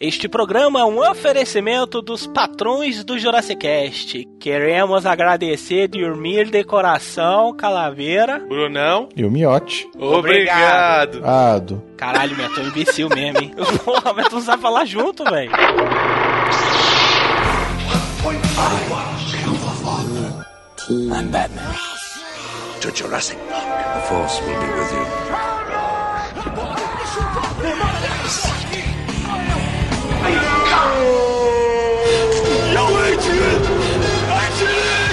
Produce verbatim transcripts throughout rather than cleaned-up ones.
Este programa é um oferecimento dos patrões do Jurassic Cast. Queremos agradecer de dormir de coração, Calaveira, Brunão e o Miote. Obrigado. Ado. Caralho, Meto, é um imbecil mesmo, hein? Porra, Meto não sabe falar junto, velho. I'm Batman. To Jurassic Park. The Force will be with you. Yo, Adrian! Adrian!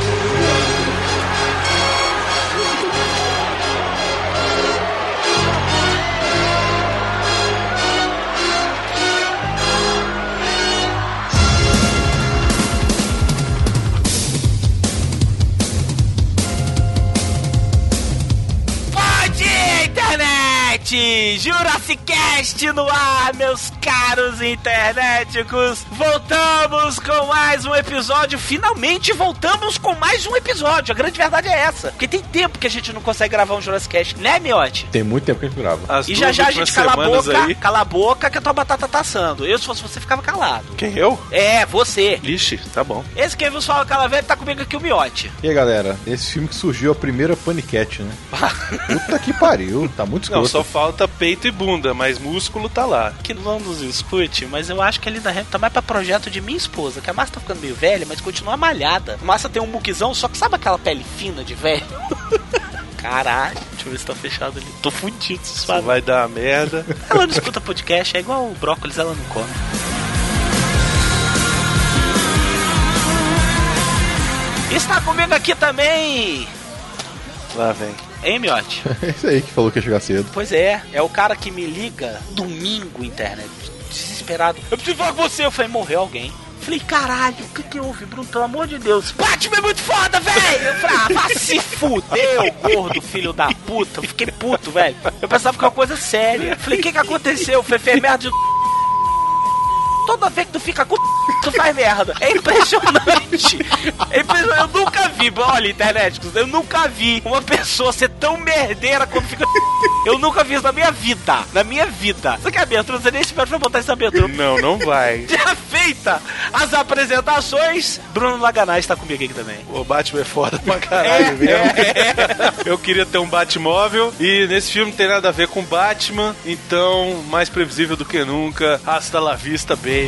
Internet! Jurassic Cast no ar, meus caros internéticos! Voltamos com mais um episódio. Finalmente voltamos com mais um episódio. A grande verdade é essa. Porque tem tempo que a gente não consegue gravar um Jurassic Cast, né, Miote? Tem muito tempo que a gente grava. As E já já a gente cala a boca, aí. cala a boca que a tua batata tá assando. Eu, se fosse você, ficava calado. Quem, eu? É, você. Ixi, tá bom. Esse quem vos fala, Calaveira, tá comigo aqui o Miote. E aí, galera, esse filme que surgiu a primeira paniquete, né? Puta que pariu, tá muito escroto. Não, só falta peito e bunda, mas músculo tá lá. Que não nos escute, mas eu acho que a Linda Hamilton tá mais pra projeto de minha esposa, que a Márcia tá ficando meio velha, mas continua malhada. A Márcia tem um muquizão, só que sabe aquela pele fina de velho? Caralho, deixa eu ver se tá fechado ali. Tô fudido, Isso sabe? vai dar merda. Ela não escuta podcast, é igual o brócolis, ela não come. Está comigo aqui também, Lá vem. hein, Miote? É isso aí que falou que ia chegar cedo. Pois é, é o cara que me liga domingo, internet, desesperado. Eu preciso falar com você. Eu falei, morreu alguém. Falei, caralho, o que que houve, Bruno? Pelo amor de Deus. Batman é muito foda, velho. Eu falei, ah, vai se fuder, gordo, filho da puta. Eu fiquei puto, velho. Eu pensava que era uma coisa séria. Falei, o que que aconteceu? Foi fez merda de... Toda vez que tu fica com... tu faz merda. É impressionante. É impressionante. Eu nunca vi, olha, internet, eu nunca vi uma pessoa ser tão merdeira quando fica... Eu nunca vi isso na minha vida. Na minha vida. Você quer abertura? Você nem espera pra botar essa abertura. Não, não vai. Já feita as apresentações, Bruno Laganais está comigo aqui também. O Batman é foda pra caralho É, mesmo. é, Eu queria ter um Batmóvel e nesse filme não tem nada a ver com Batman, então, mais previsível do que nunca, hasta la vista, baby.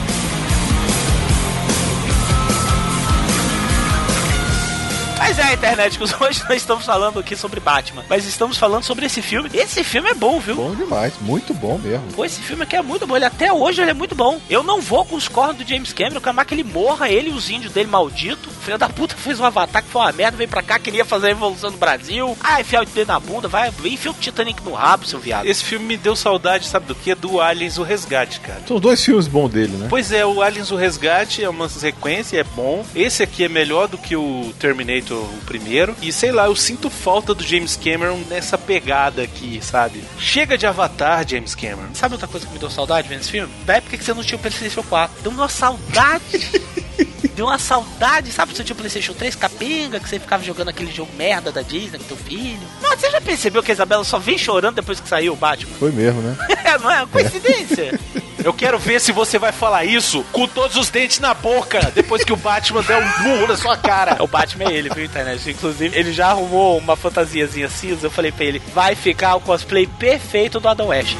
Mas é, internet, hoje nós estamos falando aqui sobre Batman, mas estamos falando sobre esse filme. Esse filme é bom, viu? Bom demais, muito bom mesmo. Pô, esse filme aqui é muito bom, ele até hoje ele é muito bom. Eu não vou com os cornos do James Cameron, eu quero mais que ele morra, ele e os índios dele maldito. O filho da puta fez um Avatar que foi uma merda, veio pra cá, queria fazer a Revolução do Brasil. Ah, enfiar o dedo na bunda, vai, enfia o Titanic no rabo, seu viado. Esse filme me deu saudade, sabe do que? Do Aliens, o Resgate, cara. São dois filmes bons dele, né? Pois é, o Aliens, o Resgate é uma sequência, é bom. Esse aqui é melhor do que o Terminator, o primeiro. E sei lá, eu sinto falta do James Cameron nessa pegada aqui, sabe? Chega de Avatar, James Cameron. Sabe outra coisa que me deu saudade vendo esse filme? Da época que você não tinha o PlayStation quatro. Deu uma saudade. Deu uma saudade, sabe? Você tinha o PlayStation três, capenga, que você ficava jogando aquele jogo merda da Disney com teu filho. Não, você já percebeu que a Isabela só vem chorando depois que saiu o Batman? Foi mesmo, né? É, não é? Coincidência. Eu quero ver se você vai falar isso com todos os dentes na boca, depois que o Batman der um burro na sua cara. O Batman é ele, viu, internet? Inclusive, ele já arrumou uma fantasiazinha cinza. Eu falei pra ele, vai ficar o cosplay perfeito do Adam West.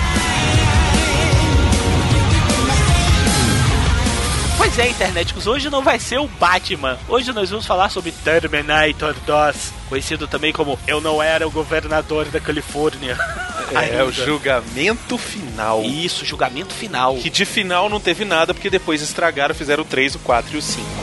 Pois é, internéticos, hoje não vai ser o Batman. Hoje nós vamos falar sobre Terminator dois, conhecido também como Eu Não Era o Governador da Califórnia. É, é o julgamento final. Isso, julgamento final. Que de final não teve nada, porque depois estragaram, fizeram o três, o quatro e o cinco.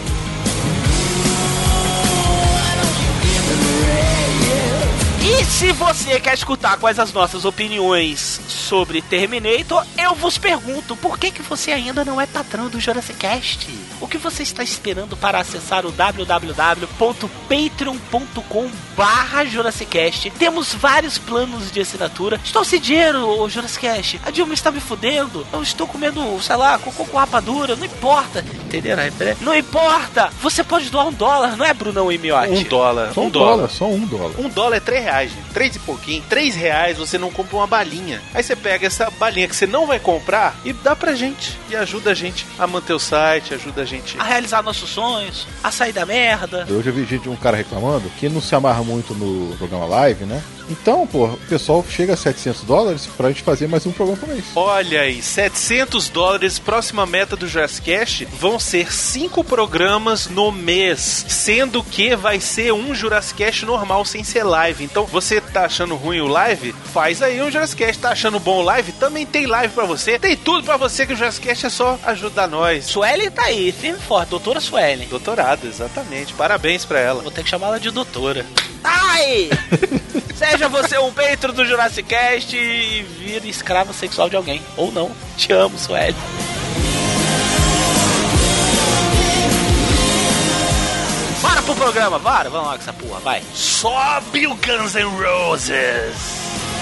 E se você quer escutar quais as nossas opiniões sobre Terminator, eu vos pergunto, por que que você ainda não é patrão do Jurassic Cast? O que você está esperando para acessar o w w w ponto patreon ponto com barra Jurassic Cast? Temos vários planos de assinatura. Estou sem dinheiro, ô Jurassic Cast. A Dilma está me fudendo. Eu estou comendo, sei lá, cocô com rapadura. Não importa. Entenderam? Não importa. Você pode doar um dólar, não é, Brunão e Miotti? Um dólar. Só um, um dólar. dólar. Só um dólar. Um dólar é três reais, gente. Três e pouquinho. Três reais você não compra uma balinha. Aí você pega essa balinha que você não vai comprar e dá pra gente. E ajuda a gente a manter o site, ajuda a gente a realizar nossos sonhos, a sair da merda. Eu já vi gente, um cara reclamando que não se amarra muito no programa live, né? Então, pô, o pessoal chega a setecentos dólares pra gente fazer mais um programa por mês. Olha aí, setecentos dólares, próxima meta do Jurassicast, vão ser cinco programas no mês, sendo que vai ser um Jurassicast normal, sem ser live. Então, você tá achando ruim o live? Faz aí um Jurassicast. Tá achando bom o live? Também tem live pra você. Tem tudo pra você, que o Jurassicast é só ajudar nós. Suelen tá aí, firme e forte, doutora Suelen. Doutorado, exatamente. Parabéns pra ela. Vou ter que chamar ela de doutora. Ai! Seja você um patron do Jurassicast e vire escravo sexual de alguém. Ou não. Te amo, Sueli. Bora pro programa, bora. Vamos lá com essa porra, vai. Sobe o Guns N' Roses.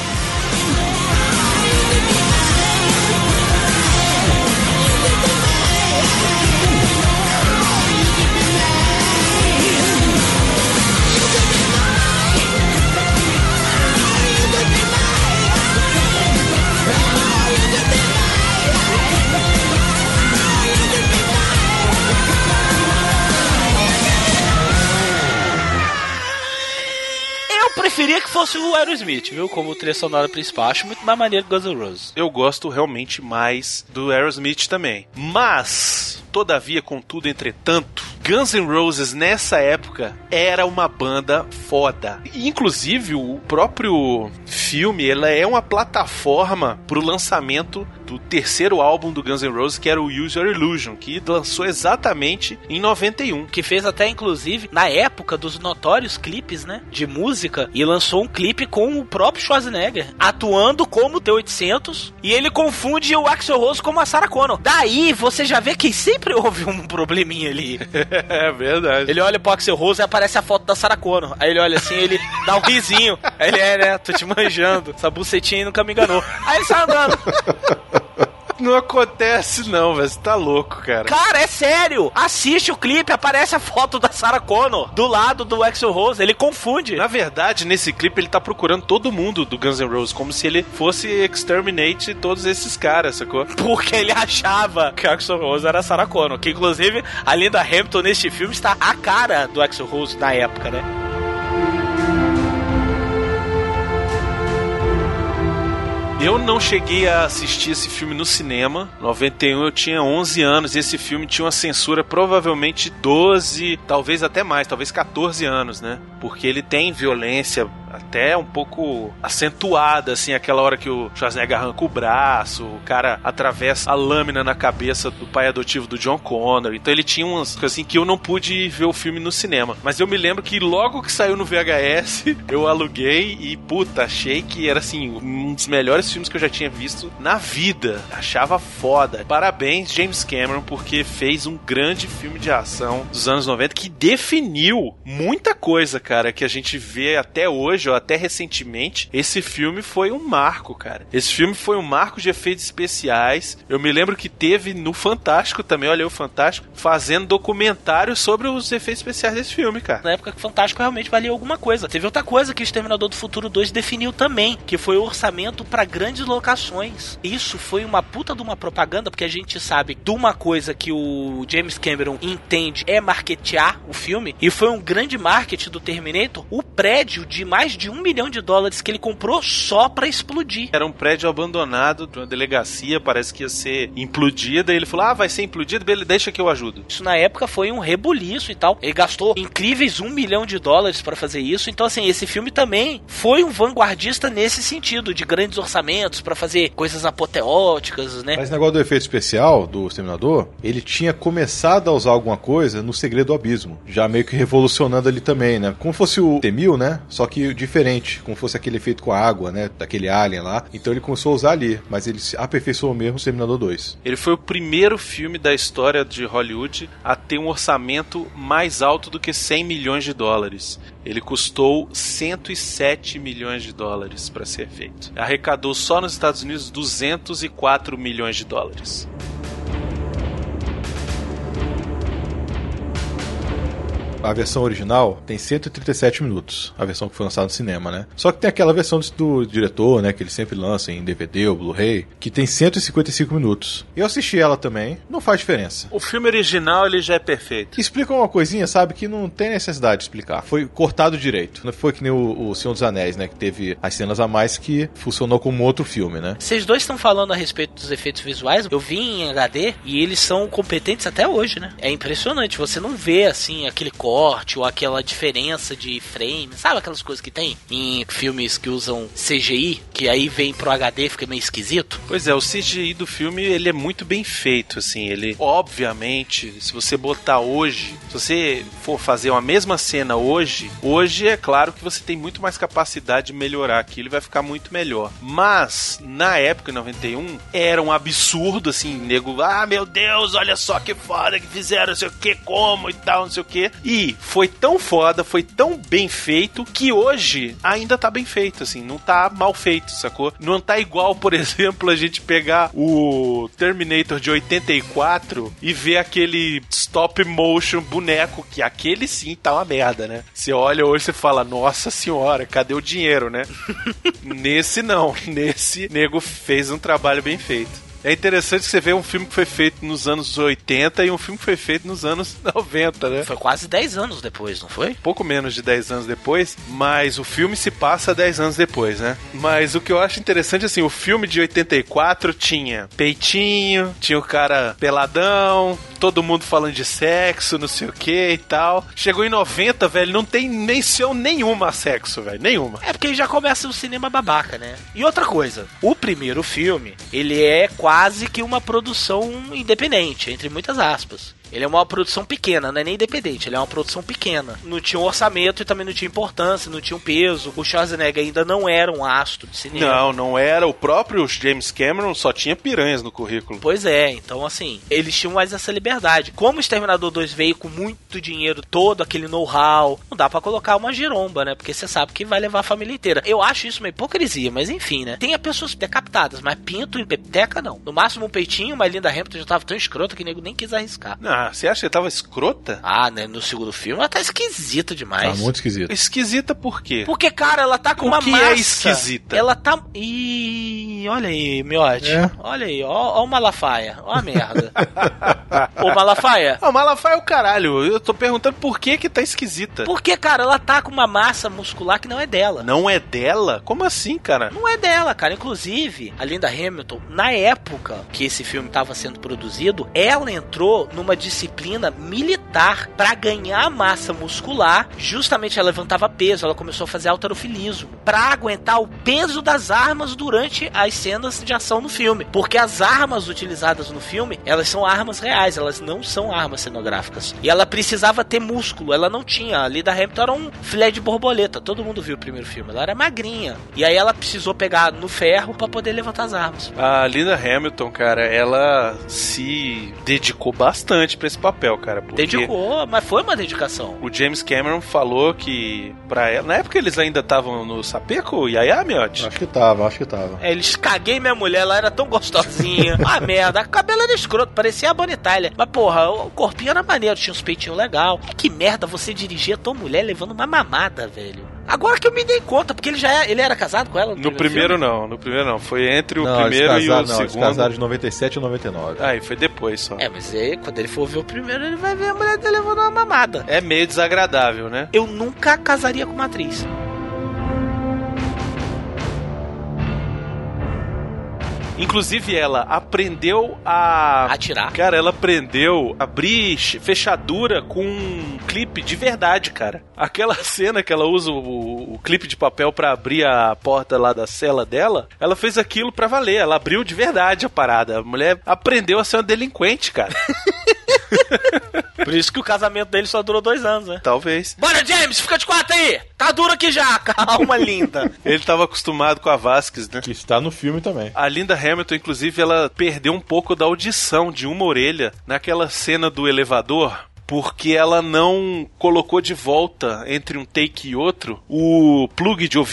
Preferia que fosse o Aerosmith, viu? Como trilha sonora principal. Acho muito mais maneiro que Guns N' Roses. Eu gosto realmente mais do Aerosmith também. Mas, todavia, contudo, entretanto, Guns N' Roses nessa época era uma banda foda. Inclusive, o próprio filme, ela é uma plataforma pro lançamento do terceiro álbum do Guns N' Roses, que era o Use Your Illusion, que lançou exatamente em noventa e um. Que fez até, inclusive, na época dos notórios clipes, né, de música, e lançou um clipe com o próprio Schwarzenegger, atuando como T oitocentos, e ele confunde o Axl Rose com a Sarah Connor. Daí, você já vê que sempre houve um probleminha ali. É verdade. Ele olha pro Axl Rose e aparece a foto da Sarah Connor. Aí ele olha assim, ele dá um risinho. Aí ele, é, né, tô te manjando. Essa bucetinha aí nunca me enganou. Aí ele sai andando. Não acontece não, velho. Você tá louco, cara. Cara, é sério. Assiste o clipe, aparece a foto da Sarah Connor do lado do Axl Rose. Ele confunde. Na verdade, nesse clipe, ele tá procurando todo mundo do Guns N' Roses, como se ele fosse exterminate todos esses caras, sacou? Porque ele achava que o Axl Rose era a Sarah Connor. Que, inclusive, a Linda Hamilton neste filme está a cara do Axl Rose na época, né? Eu não cheguei a assistir esse filme no cinema. Em noventa e um eu tinha onze anos e esse filme tinha uma censura provavelmente doze, talvez até mais, talvez catorze anos, né? Porque ele tem violência até um pouco acentuada, assim, aquela hora que o Schwarzenegger arranca o braço, o cara atravessa a lâmina na cabeça do pai adotivo do John Connor. Então ele tinha umas coisas assim que eu não pude ver o filme no cinema. Mas eu me lembro que logo que saiu no V H S, eu aluguei e, puta, achei que era, assim, um dos melhores filmes que eu já tinha visto na vida. Achava foda. Parabéns, James Cameron, porque fez um grande filme de ação dos anos noventa que definiu muita coisa, cara, que a gente vê até hoje, ou até recentemente. Esse filme foi um marco, cara. Esse filme foi um marco de efeitos especiais. Eu me lembro que teve no Fantástico também, olha o Fantástico, fazendo documentário sobre os efeitos especiais desse filme, cara. Na época que o Fantástico realmente valia alguma coisa. Teve outra coisa que o Exterminador do Futuro dois definiu também, que foi o orçamento para grandes locações. Isso foi uma puta de uma propaganda, porque a gente sabe de uma coisa que o James Cameron entende é marketear o filme, e foi um grande marketing do Terminator, o prédio de mais de um milhão de dólares que ele comprou só pra explodir. Era um prédio abandonado de uma delegacia, parece que ia ser implodida, e ele falou, ah, vai ser implodido? Beleza, deixa que eu ajudo. Isso na época foi um rebuliço e tal. Ele gastou incríveis um milhão de dólares pra fazer isso, então assim, esse filme também foi um vanguardista nesse sentido, de grandes orçamentos pra fazer coisas apoteóticas, né? Mas esse negócio do efeito especial do Exterminador, ele tinha começado a usar alguma coisa no Segredo do Abismo, já meio que revolucionando ali também, né? Como fosse o T mil, né? Só que diferente, como fosse aquele efeito com a água, né? Daquele alien lá. Então ele começou a usar ali, mas ele se aperfeiçoou mesmo no Exterminador dois. Ele foi o primeiro filme da história de Hollywood a ter um orçamento mais alto do que cem milhões de dólares. Ele custou cento e sete milhões de dólares para ser feito. Arrecadou só nos Estados Unidos duzentos e quatro milhões de dólares. a versão original tem cento e trinta e sete minutos, a versão que foi lançada no cinema, né? Só que tem aquela versão do, do diretor, né, que ele sempre lança em D V D ou Blu-ray, que tem cento e cinquenta e cinco minutos. Eu assisti ela também, não faz diferença. O filme original, ele já é perfeito. Explica uma coisinha, sabe, que não tem necessidade de explicar. Foi cortado direito. Não foi que nem o, o Senhor dos Anéis, né, que teve as cenas a mais que funcionou como outro filme, né? Vocês dois estão falando a respeito dos efeitos visuais, eu vi em H D e eles são competentes até hoje, né? É impressionante, você não vê, assim, aquele corte ou aquela diferença de frame, sabe aquelas coisas que tem em filmes que usam C G I, que aí vem pro H D e fica meio esquisito? Pois é, o C G I do filme, ele é muito bem feito, assim, ele, obviamente, se você botar hoje, se você for fazer uma mesma cena hoje, hoje é claro que você tem muito mais capacidade de melhorar aquilo e vai ficar muito melhor. Mas, na época, em noventa e um, era um absurdo, assim, nego, ah, meu Deus, olha só que foda que fizeram, não sei o que, como e tal, não sei o que. E foi tão foda, foi tão bem feito, que hoje ainda tá bem feito, assim, não tá mal feito, sacou? Não tá igual, por exemplo, a gente pegar o Terminator de oitenta e quatro e ver aquele stop motion boneco, que aquele sim tá uma merda, né? Você olha hoje e fala, nossa senhora, cadê o dinheiro, né? Nesse não, nesse nego fez um trabalho bem feito. É interessante que você vê um filme que foi feito nos anos oitenta e um filme que foi feito nos anos noventa, né? Foi quase dez anos depois, não foi? Pouco menos de dez anos depois, mas o filme se passa dez anos depois, né? Mas o que eu acho interessante, assim, o filme de oitenta e quatro tinha peitinho, tinha o cara peladão, todo mundo falando de sexo, não sei o que e tal. Chegou em noventa, velho, não tem menção nenhuma a sexo, velho, nenhuma. É porque aí já começa o cinema babaca, né? E outra coisa, o primeiro filme, ele é quase que uma produção independente, entre muitas aspas. Ele é uma produção pequena, não é nem independente, ele é uma produção pequena. Não tinha um orçamento e também não tinha importância, não tinha um peso. O Schwarzenegger ainda não era um astro de cinema. Não, não era. O próprio James Cameron só tinha piranhas no currículo. Pois é, então assim, eles tinham mais essa liberdade. Como o Exterminador dois veio com muito dinheiro, todo aquele know-how, não dá pra colocar uma giromba, né? Porque você sabe que vai levar a família inteira. Eu acho isso uma hipocrisia, mas enfim, né? Tem pessoas decapitadas, mas pinto e pepeca não. No máximo um peitinho, uma Linda Hamilton já tava tão escrota que o nego nem quis arriscar. Não. Ah, você acha que tava escrota? Ah, né? No segundo filme ela tá esquisita demais. Tá muito esquisita. Esquisita por quê? Porque, cara, ela tá com o uma que massa. É esquisita? Ela tá... Ih, olha aí, miote. É. Olha aí, ó, ó o Malafaia. Ó a merda. Ô, Malafaia. Ô, Malafaia é o caralho. Eu tô perguntando por que que tá esquisita. Porque, cara, ela tá com uma massa muscular que não é dela. Não é dela? Como assim, cara? Não é dela, cara. Inclusive, a Linda Hamilton, na época que esse filme tava sendo produzido, ela entrou numa disciplina militar pra ganhar massa muscular. Justamente ela levantava peso, ela começou a fazer halterofilismo pra aguentar o peso das armas durante as cenas de ação no filme, porque as armas utilizadas no filme, elas são armas reais, elas não são armas cenográficas, e ela precisava ter músculo, ela não tinha. A Linda Hamilton era um filé de borboleta, todo mundo viu o primeiro filme, ela era magrinha, e aí ela precisou pegar no ferro pra poder levantar as armas. A Linda Hamilton, cara, ela se dedicou bastante pra esse papel, cara. Dedicou, mas foi uma dedicação. O James Cameron falou que pra ela... Na época eles ainda estavam no Sapeco, Yaya, miote? Acho que tava, acho que tava. É, eles caguei minha mulher, ela era tão gostosinha. Ah, merda, o cabelo era escroto, parecia a Bonnie Tyler. Mas, porra, o corpinho era maneiro, tinha uns peitinhos legal. Que merda você dirigir a tua mulher levando uma mamada, velho. Agora que eu me dei conta, porque ele já é, ele era casado com ela no, no primeiro filme? não, no primeiro não. Foi entre o não, primeiro casaram, e o não, segundo. Eles casaram de noventa e sete e noventa e nove. Ah, e foi depois só. É, mas aí, quando ele for ver o primeiro, ele vai ver a mulher dele levando uma mamada. É meio desagradável, né? Eu nunca casaria com uma atriz. Inclusive ela aprendeu a... atirar. Cara, ela aprendeu a abrir fechadura com um clipe de verdade, cara. Aquela cena que ela usa o, o clipe de papel pra abrir a porta lá da cela dela, ela fez aquilo pra valer. Ela abriu de verdade a parada. A mulher aprendeu a ser uma delinquente, cara. Por isso que o casamento dele só durou dois anos, né? Talvez. Bora, James, fica de quatro aí! Tá duro aqui já, calma, linda. Ele tava acostumado com a Vasquez, né? Que está no filme também. A Linda Hamilton, inclusive, ela perdeu um pouco da audição de uma orelha naquela cena do elevador, porque ela não colocou de volta, entre um take e outro, o plug de ouvido.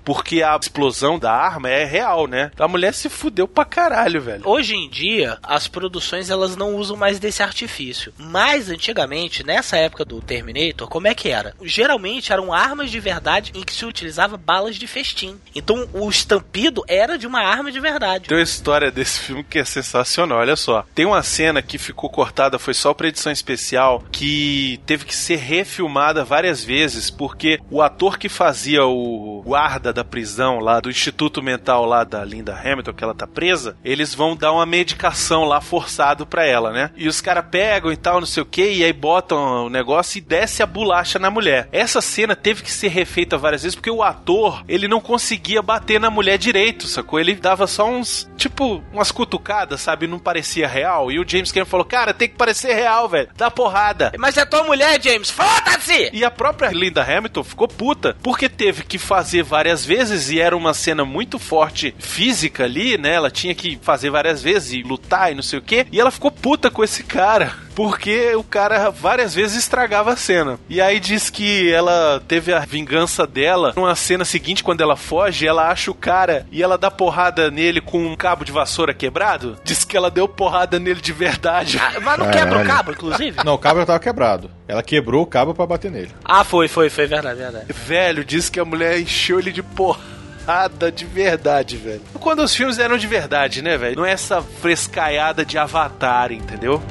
porque a explosão da arma é real, né? A mulher se fudeu pra caralho, velho. Hoje em dia, as produções elas não usam mais desse artifício. Mas antigamente, nessa época do Terminator, como é que era? Geralmente eram armas de verdade em que se utilizava balas de festim. Então o estampido era de uma arma de verdade. Tem uma história desse filme que é sensacional, olha só. Tem uma cena que ficou cortada, foi só pra edição especial, que teve que ser refilmada várias vezes, porque o ator que fazia o guarda da prisão lá, do Instituto Mental lá da Linda Hamilton, que ela tá presa, eles vão dar uma medicação lá forçado pra ela, né? E os caras pegam e tal, não sei o que, e aí botam o negócio e desce a bolacha na mulher. Essa cena teve que ser refeita várias vezes, porque o ator, ele não conseguia bater na mulher direito, sacou? Ele dava só uns, tipo, umas cutucadas, sabe? Não parecia real. E o James Cameron falou, cara, tem que parecer real, velho. Dá porrada. Mas é tua mulher, James, foda-se! E a própria Linda Hamilton ficou puta, porque teve que fazer várias vezes e era uma cena muito forte física ali, né? Ela tinha que fazer várias vezes e lutar e não sei o que. E ela ficou puta com esse cara, porque o cara várias vezes estragava a cena. E aí diz que ela teve a vingança dela numa cena seguinte, quando ela foge, ela acha o cara e ela dá porrada nele com um cabo de vassoura quebrado. Diz que ela deu porrada nele de verdade. Ah, mas não quebra o cabo, inclusive? Não, o cabo já tava quebrado. Ela quebrou o cabo pra bater nele. Ah, foi, foi, foi verdade, verdade. Velho, diz que a mulher encheu ele de porrada de verdade, velho. Quando os filmes eram de verdade, né, velho? Não é essa frescaiada de Avatar, entendeu?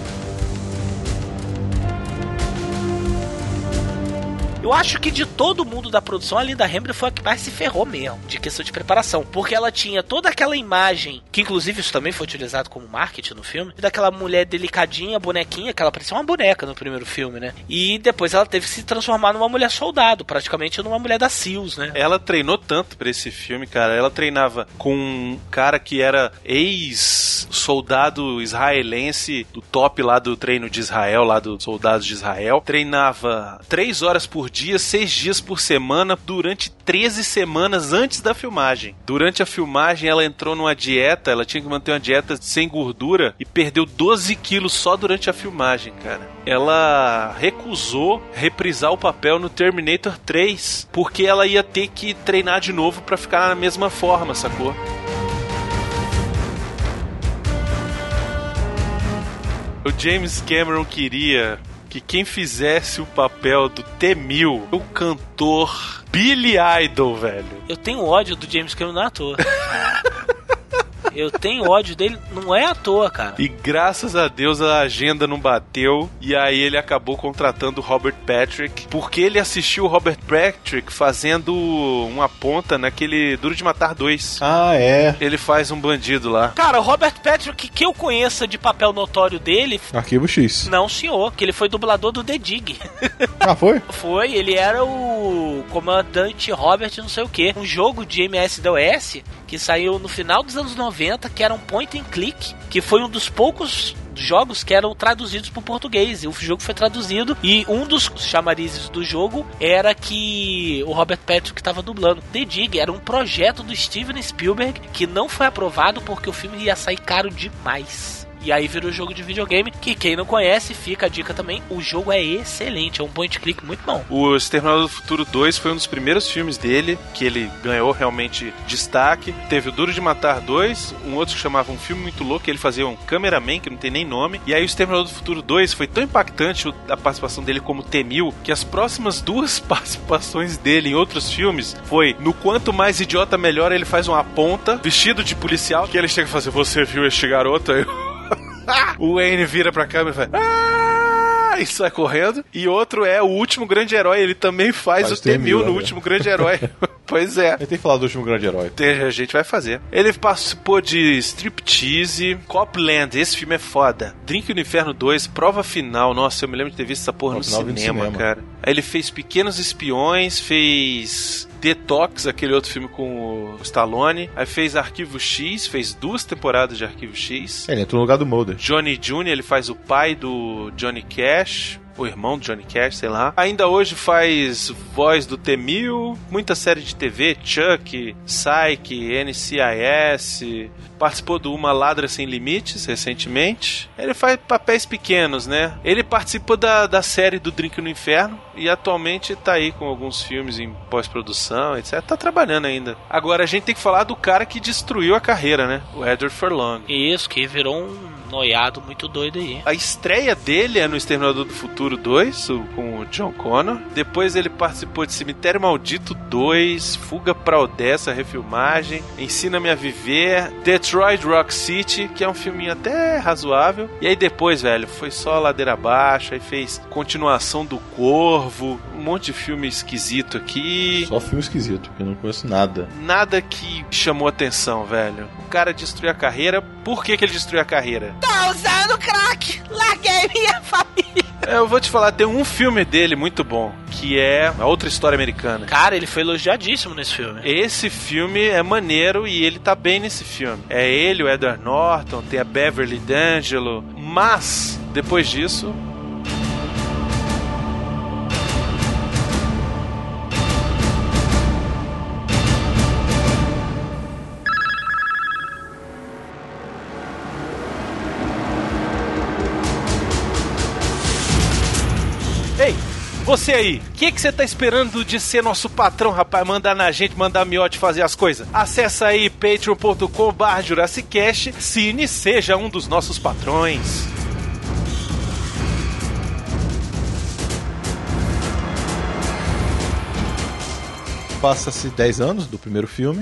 Eu acho que de todo mundo da produção, a Linda Hamilton foi a que mais se ferrou mesmo, de questão de preparação. Porque ela tinha toda aquela imagem, que inclusive isso também foi utilizado como marketing no filme, daquela mulher delicadinha, bonequinha, que ela parecia uma boneca no primeiro filme, né? E depois ela teve que se transformar numa mulher soldado, praticamente numa mulher da SEALs, né? Ela treinou tanto pra esse filme, cara. Ela treinava com um cara que era ex-soldado israelense do top lá do treino de Israel, lá dos soldados de Israel. Treinava três horas por dia, seis dias por semana, durante treze semanas antes da filmagem. Durante a filmagem, ela entrou numa dieta, ela tinha que manter uma dieta sem gordura e perdeu doze quilos só durante a filmagem, cara. Ela recusou reprisar o papel no Terminator três, porque ela ia ter que treinar de novo pra ficar na mesma forma, sacou? O James Cameron queria que quem fizesse o papel do T mil, o cantor Billy Idol, velho. Eu tenho ódio do James Cameron, não é à toa. Eu tenho ódio dele, não é à toa, cara. E graças a Deus a agenda não bateu, e aí ele acabou contratando o Robert Patrick, porque ele assistiu o Robert Patrick fazendo uma ponta naquele Duro de Matar dois. Ah, é. Ele faz um bandido lá. Cara, o Robert Patrick, que eu conheça de papel notório dele... Arquivo X. Não, senhor, que ele foi dublador do The Dig. Ah, foi? Foi, ele era o comandante Robert não sei o que. Um jogo de M S D O S que saiu no final dos anos noventa, que era um point and click, que foi um dos poucos jogos que eram traduzidos para o português. E o jogo foi traduzido e um dos chamarizes do jogo era que o Robert Patrick estava dublando. The Dig era um projeto do Steven Spielberg que não foi aprovado porque o filme ia sair caro demais. E aí virou jogo de videogame, que quem não conhece, fica a dica também, o jogo é excelente, é um point click muito bom. O Exterminador do Futuro dois foi um dos primeiros filmes dele, que ele ganhou realmente destaque. Teve o Duro de Matar dois, um outro que chamava Um Filme Muito Louco, que ele fazia um cameraman, que não tem nem nome. E aí o Exterminador do Futuro dois foi tão impactante a participação dele como T mil, que as próximas duas participações dele em outros filmes foi no Quanto Mais Idiota Melhor, ele faz uma ponta, vestido de policial, que ele chega e fala assim, você viu este garoto? Aí o Wayne vira pra câmera e fala ah! E sai correndo. E outro é o Último Grande Herói. Ele também faz, faz o T mil no né? Último Grande Herói. Pois é. Ele tem que falar do Último Grande Herói. Tem, a gente vai fazer. Ele participou de Striptease, Copland, esse filme é foda. Drink no Inferno dois, Prova Final. Nossa, eu me lembro de ter visto essa porra no cinema, cinema, cara. Aí ele fez Pequenos Espiões, fez Detox, aquele outro filme com o Stallone. Aí fez Arquivo X, fez duas temporadas de Arquivo X. É, ele entrou no lugar do Mulder. Johnny Júnior, ele faz o pai do Johnny Cash, o irmão do Johnny Cash, sei lá. Ainda hoje faz voz do T mil, muita série de T V, Chuck, Psyche, N C I S, participou do Uma Ladra Sem Limites, recentemente. Ele faz papéis pequenos, né? Ele participou da, da série do Drink no Inferno e atualmente tá aí com alguns filmes em pós-produção, etcétera. Tá trabalhando ainda. Agora a gente tem que falar do cara que destruiu a carreira, né? O Edward Furlong. Isso, que virou um noiado muito doido aí. A estreia dele é no Exterminador do Futuro dois, com o John Connor. Depois ele participou de Cemitério Maldito dois, Fuga pra Odessa, refilmagem, Ensina-me a Viver, Detroit Rock City, que é um filminho até razoável. E aí depois, velho, foi só ladeira abaixo, aí fez continuação do Corvo, um monte de filme esquisito aqui. Só filme esquisito, que eu não conheço nada. Nada que chamou atenção, velho. O cara destruiu a carreira. Por que que ele destruiu a carreira? Tá usando crack! Larguei minha família! Eu vou te falar, tem um filme dele muito bom, que é A Outra História Americana. Cara, ele foi elogiadíssimo nesse filme. Esse filme é maneiro e ele tá bem nesse filme. É ele, o Edward Norton, tem a Beverly D'Angelo, mas, depois disso... Ei, você aí, o que que você tá esperando de ser nosso patrão, rapaz? Mandar na gente, mandar miote fazer as coisas? Acesse aí patreon ponto com barra Jurassicast, assine e seja um dos nossos patrões. Passa-se dez anos do primeiro filme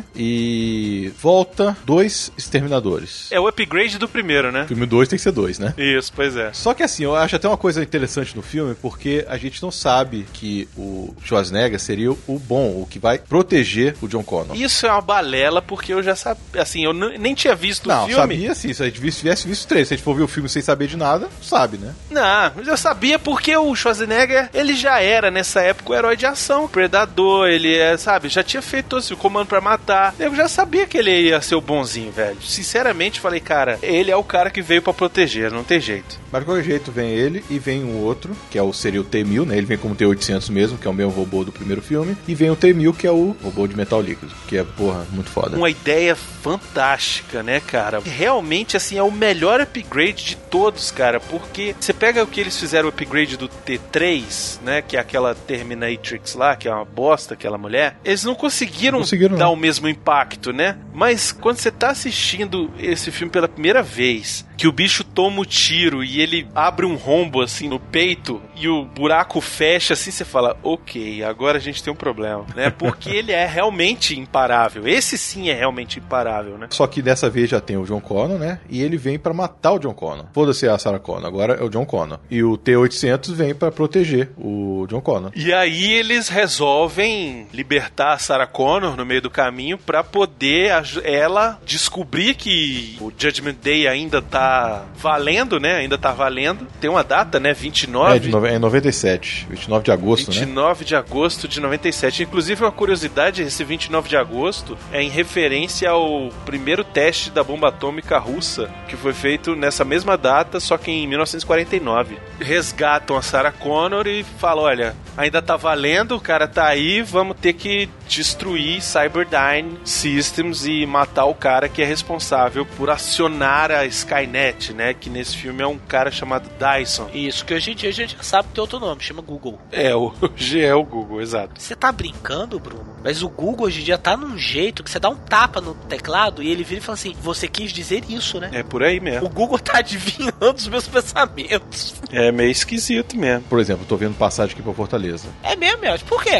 e volta dois Exterminadores. É o upgrade do primeiro, né? O filme dois tem que ser dois, né? Isso, pois é. Só que assim, eu acho até uma coisa interessante no filme, porque a gente não sabe que o Schwarzenegger seria o bom, o que vai proteger o John Connor. Isso é uma balela, porque eu já sabia, assim, eu n- nem tinha visto não, o filme. Não, sabia sim, se a gente tivesse visto três, se a gente for ver o filme sem saber de nada, sabe, né? Não, eu sabia porque o Schwarzenegger, ele já era, nessa época, o herói de ação, Predador, ele é, sabe, já tinha feito assim, o Comando pra Matar. Eu já sabia que ele ia ser o bonzinho, velho. Sinceramente, falei, cara, ele é o cara que veio pra proteger, não tem jeito. Mas de qualquer jeito, vem ele e vem um outro, que é o, seria o T mil, né? Ele vem como T oitocentos mesmo, que é o mesmo robô do primeiro filme. E vem o T mil, que é o robô de metal líquido, que é, porra, muito foda. Uma ideia fantástica, né, cara? Realmente, assim, é o melhor upgrade de todos, cara, porque você pega o que eles fizeram, o upgrade do T três, né, que é aquela Terminatrix lá, que é uma bosta, aquela mulher, eles não conseguiram, não conseguiram dar não. o mesmo impacto, né? Mas quando você tá assistindo esse filme pela primeira vez, que o bicho toma o tiro e ele abre um rombo, assim, no peito e o buraco fecha, assim, você fala, ok, agora a gente tem um problema, né? Porque ele é realmente imparável. Esse sim é realmente imparável, né? Só que dessa vez já tem o John Connor, né? E ele vem pra matar o John Connor. Foda-se a Sarah Connor, agora é o John Connor. E o T oitocentos vem pra proteger o John Connor. E aí eles resolvem libertar a Sarah Connor no meio do caminho pra poder ela descobrir que o Judgment Day ainda tá valendo, né? Ainda tá valendo. Tem uma data, né? vinte e nove. É, de no... é noventa e sete. vinte e nove de agosto, vinte e nove né? de agosto de noventa e sete. Inclusive, uma curiosidade, esse vinte e nove de agosto é em referência ao primeiro teste da bomba atômica russa, que foi feito nessa mesma data, só que em mil novecentos e quarenta e nove. Resgatam a Sarah Connor e falam, olha, ainda tá valendo, o cara tá aí, vamos ter que destruir Cyberdyne Systems e matar o cara que é responsável por acionar a Skynet, né? Que nesse filme é um cara chamado Dyson. Isso, que hoje em dia a gente já sabe ter outro nome, chama Google. É, hoje é o Google, exato. Você tá brincando, Bruno? Mas o Google hoje em dia tá num jeito que você dá um tapa no teclado e ele vira e fala assim, você quis dizer isso, né? É por aí mesmo. O Google tá adivinhando os meus pensamentos. É meio esquisito mesmo. Por exemplo, eu tô vendo passagem aqui pra Fortaleza. É mesmo, meu? Por quê?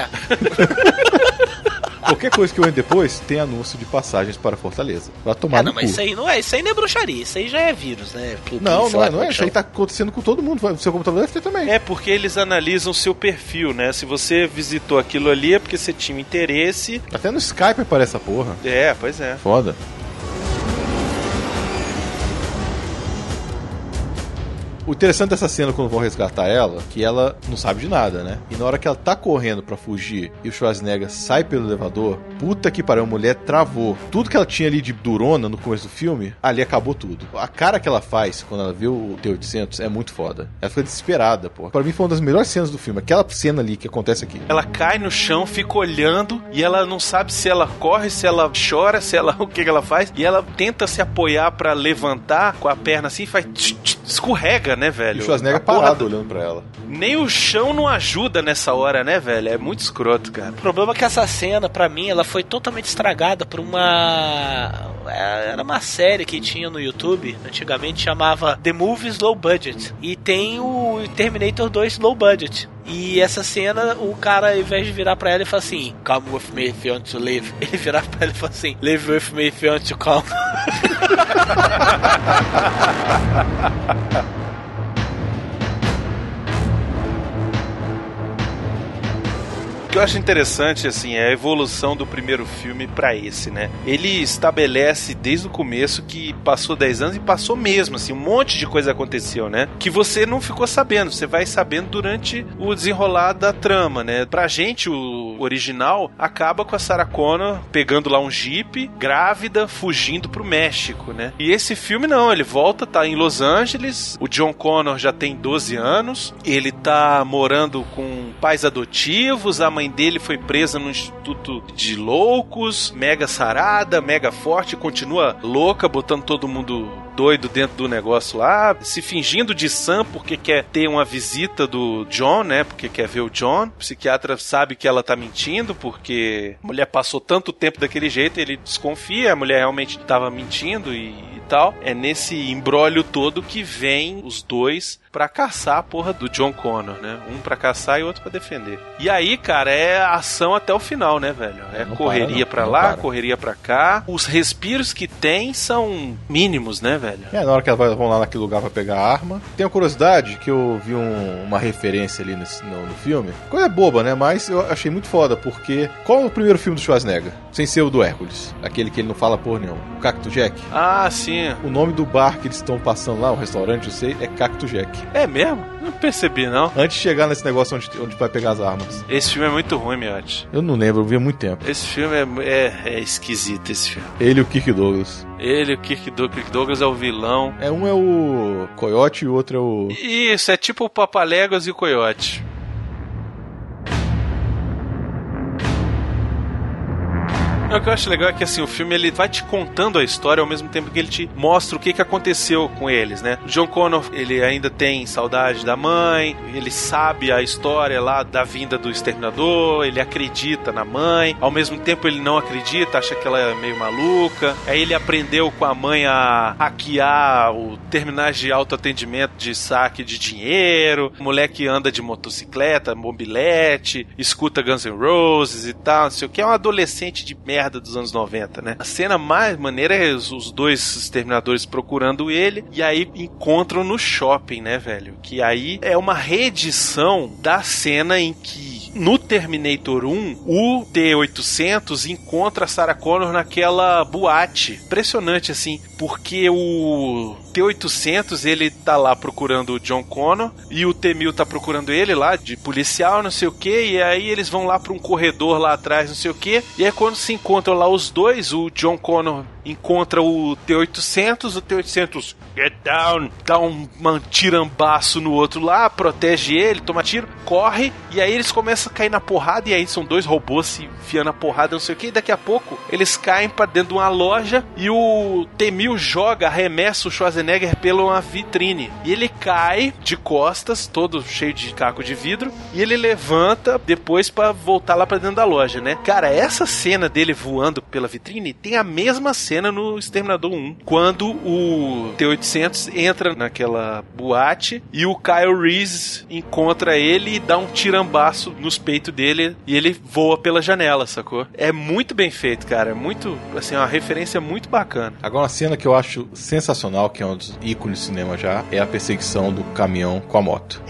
Qualquer coisa que eu entro depois, tem anúncio de passagens para Fortaleza. Pra tomar ah, não, no mas cu. isso aí não é, isso aí não é bruxaria, isso aí já é vírus, né? Plugin, não, não lá, é, não é, isso aí tá acontecendo com todo mundo. O seu computador deve ter também. É porque eles analisam o seu perfil, né? Se você visitou aquilo ali é porque você tinha interesse. Até no Skype aparece essa porra. É, pois é. Foda. O interessante dessa cena, quando vão resgatar ela, que ela não sabe de nada, né? E na hora que ela tá correndo pra fugir e o Schwarzenegger sai pelo elevador, puta que pariu, a mulher travou. Tudo que ela tinha ali de durona no começo do filme, ali acabou tudo. A cara que ela faz quando ela vê o T oitocentos é muito foda. Ela fica desesperada, pô. Pra mim foi uma das melhores cenas do filme. Aquela cena ali que acontece aqui. Ela cai no chão, fica olhando e ela não sabe se ela corre, se ela chora, se ela o que, que ela faz. E ela tenta se apoiar pra levantar com a perna assim e faz... Tch, tch, escorrega, né, velho? E o Schwarzenegger parado olhando pra ela. Nem o chão não ajuda nessa hora, né, velho? É muito escroto, cara. O problema é que essa cena, pra mim, ela foi totalmente estragada por uma... Era uma série que tinha no YouTube, antigamente, chamava The Movies Low Budget. E tem o Terminator dois Low Budget. E essa cena, o cara, ao invés de virar pra ela e falar assim, come with me if you want to live, ele virar pra ela e falar assim, live with me if you want to come. O que eu acho interessante, assim, é a evolução do primeiro filme pra esse, né? Ele estabelece desde o começo que passou dez anos e passou mesmo, assim, um monte de coisa aconteceu, né? Que você não ficou sabendo, você vai sabendo durante o desenrolar da trama, né? Pra gente, o original acaba com a Sarah Connor pegando lá um Jeep, grávida, fugindo pro México, né? E esse filme não, ele volta, tá em Los Angeles, o John Connor já tem doze anos, ele tá morando com pais adotivos, a mãe dele foi presa no instituto de loucos, mega sarada, mega forte, continua louca, botando todo mundo doido dentro do negócio lá, se fingindo de sã porque quer ter uma visita do John, né, porque quer ver o John. O psiquiatra sabe que ela tá mentindo porque a mulher passou tanto tempo daquele jeito, ele desconfia, a mulher realmente tava mentindo e, e tal. É nesse imbróglio todo que vem os dois pra caçar a porra do John Connor, né? Um pra caçar e outro pra defender. E aí, cara, é ação até o final, né, velho? É não correria para, pra lá, para. correria pra cá. Os respiros que tem são mínimos, né, velho? É, na hora que elas vão lá naquele lugar pra pegar a arma. Tem uma curiosidade que eu vi um, uma referência ali nesse, no, no filme. Coisa boba, né? Mas eu achei muito foda, porque qual é o primeiro filme do Schwarzenegger? Sem ser o do Hércules. Aquele que ele não fala porra nenhuma. O Cacto Jack. Ah, sim. O nome do bar que eles estão passando lá, o restaurante, eu sei, é Cacto Jack. É mesmo? Não percebi, não. Antes de chegar nesse negócio onde, onde vai pegar as armas. Esse filme é muito ruim, Miotti. Eu não lembro, eu vi há muito tempo. Esse filme é, é, é esquisito, esse filme. Ele e o Kirk Douglas. Ele e o Kirk Douglas. Kirk Douglas é o vilão. É, um é o Coyote e o outro é o... Isso, é tipo o Papaléguas e o Coyote. O que eu acho legal é que assim, o filme ele vai te contando a história ao mesmo tempo que ele te mostra o que, que aconteceu com eles, né? O John Connor, ele ainda tem saudade da mãe, ele sabe a história lá da vinda do Exterminador, ele acredita na mãe, ao mesmo tempo ele não acredita, acha que ela é meio maluca. Aí ele aprendeu com a mãe a hackear o terminais de autoatendimento de saque de dinheiro, o moleque anda de motocicleta, mobilete, escuta Guns N' Roses e tal, não sei o que, é um adolescente de merda dos anos noventa, né? A cena mais maneira é os dois exterminadores procurando ele e aí encontram no shopping, né, velho? Que aí é uma reedição da cena em que no Terminator um, o T oitocentos encontra a Sarah Connor naquela boate. Impressionante, assim, porque o T oitocentos, ele tá lá procurando o John Connor e o T mil tá procurando ele lá, de policial, não sei o que, e aí eles vão lá pra um corredor lá atrás, não sei o que, e aí quando se encontram lá os dois, o John Connor encontra o T oitocentos, o T oitocentos get down, dá um, um tirambaço no outro lá, protege ele, toma tiro, corre, e aí eles começam a cair na porrada, e aí são dois robôs se enfiando na porrada, não sei o que, e daqui a pouco eles caem pra dentro de uma loja, e o T mil joga, arremessa o Schwarzenegger pela uma vitrine, e ele cai de costas, todo cheio de caco de vidro, e ele levanta depois pra voltar lá pra dentro da loja, né? Cara, essa cena dele voando pela vitrine tem a mesma cena no Exterminador um, quando o T oitocentos entra naquela boate e o Kyle Reese encontra ele e dá um tirambaço nos peitos dele e ele voa pela janela, sacou? É muito bem feito, cara, é muito, assim, uma referência muito bacana. Agora, uma cena que eu acho sensacional, que é um dos ícones do cinema já, é a perseguição do caminhão com a moto. Esse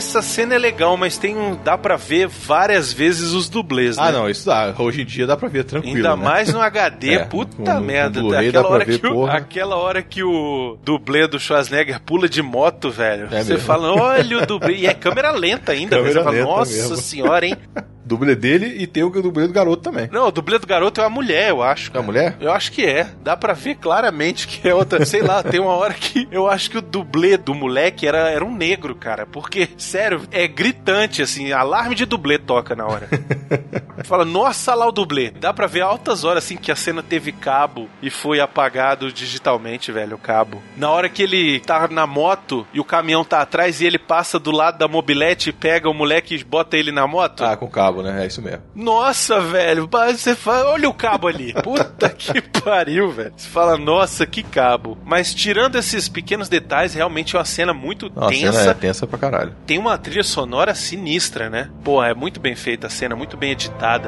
essa cena é legal, mas tem um, dá pra ver várias vezes os dublês, né? Ah, não, isso dá. Hoje em dia dá pra ver tranquilo, Ainda né? mais no H D, É, puta no- merda. no Blu-ray aquela, dá pra hora ver, que o, porra. aquela hora que o dublê do Schwarzenegger pula de moto, velho. É Você mesmo. fala, olha o dublê. E é câmera lenta ainda. Câmera Você fala, lenta nossa mesmo. senhora, hein? Dublê dele e tem o dublê do garoto também. Não, o dublê do garoto é uma mulher, eu acho. É uma mulher? Eu acho que é. Dá pra ver claramente que é outra. Sei lá, tem uma hora que eu acho que o dublê do moleque era, era um negro, cara. Porque, sério, é gritante, assim. Alarme de dublê toca na hora. Fala, nossa, lá o dublê. Dá pra ver altas horas, assim, que a cena teve cabo e foi apagado digitalmente, velho, o cabo. Na hora que ele tá na moto e o caminhão tá atrás e ele passa do lado da mobilete e pega o moleque e bota ele na moto. Ah, com cabo, né? É isso mesmo. Nossa, velho, mas você fala, olha o cabo ali. Puta que pariu, velho. Você fala, nossa, que cabo. Mas tirando esses pequenos detalhes, realmente é uma cena muito Não, a tensa. cena é tensa pra caralho. Tem uma trilha sonora sinistra, né? Pô, é muito bem feita a cena, muito bem editada.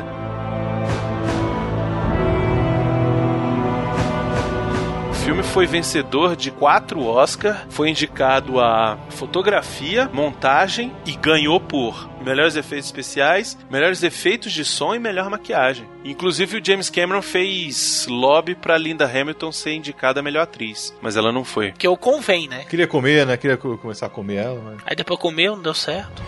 O filme foi vencedor de quatro Oscars, foi indicado a fotografia, montagem e ganhou por melhores efeitos especiais, melhores efeitos de som e melhor maquiagem. Inclusive o James Cameron fez lobby pra Linda Hamilton ser indicada a melhor atriz, mas ela não foi. Que eu convém, né? Queria comer, né? Queria co- começar a comer ela, mas... Aí depois comeu, não deu certo.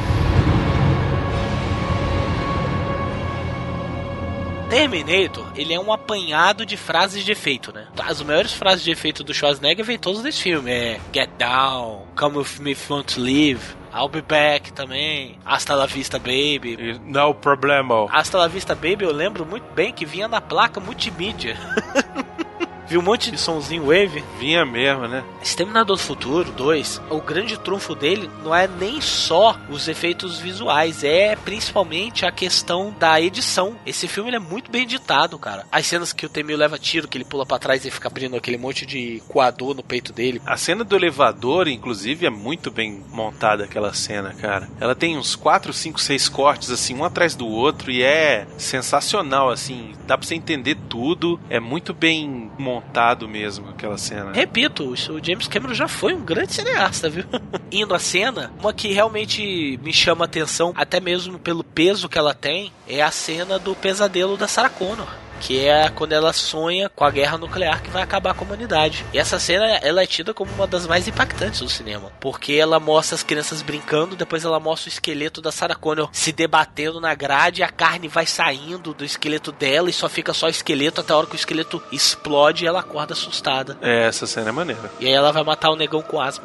Terminator, ele é um apanhado de frases de efeito, né? As maiores frases de efeito do Schwarzenegger vem todas desse filme. É Get Down, Come With Me If You Want To Live, I'll Be Back também, Hasta La Vista Baby. E no problema. Hasta La Vista Baby eu lembro muito bem que vinha na placa multimídia. Viu um monte de sonzinho wave. Vinha mesmo, né? Exterminador do Futuro dois, o grande trunfo dele não é nem só os efeitos visuais, é principalmente a questão da edição. Esse filme ele é muito bem editado, cara. As cenas que o T mil leva tiro, que ele pula pra trás e fica abrindo aquele monte de coador no peito dele. A cena do elevador, inclusive, é muito bem montada aquela cena, cara. Ela tem uns quatro, cinco, seis cortes, assim, um atrás do outro, e é sensacional, assim. Dá pra você entender tudo. É muito bem montado mesmo, aquela cena. Repito, o James Cameron já foi um grande cineasta, viu? Indo à cena, uma que realmente me chama a atenção, até mesmo pelo peso que ela tem, é a cena do pesadelo da Sarah Connor. Que é quando ela sonha com a guerra nuclear que vai acabar com a humanidade. E essa cena, ela é tida como uma das mais impactantes do cinema. Porque ela mostra as crianças brincando, depois ela mostra o esqueleto da Sarah Connor se debatendo na grade, e a carne vai saindo do esqueleto dela e só fica só o esqueleto até a hora que o esqueleto explode e ela acorda assustada. É, essa cena é maneira. E aí ela vai matar o negão com asma.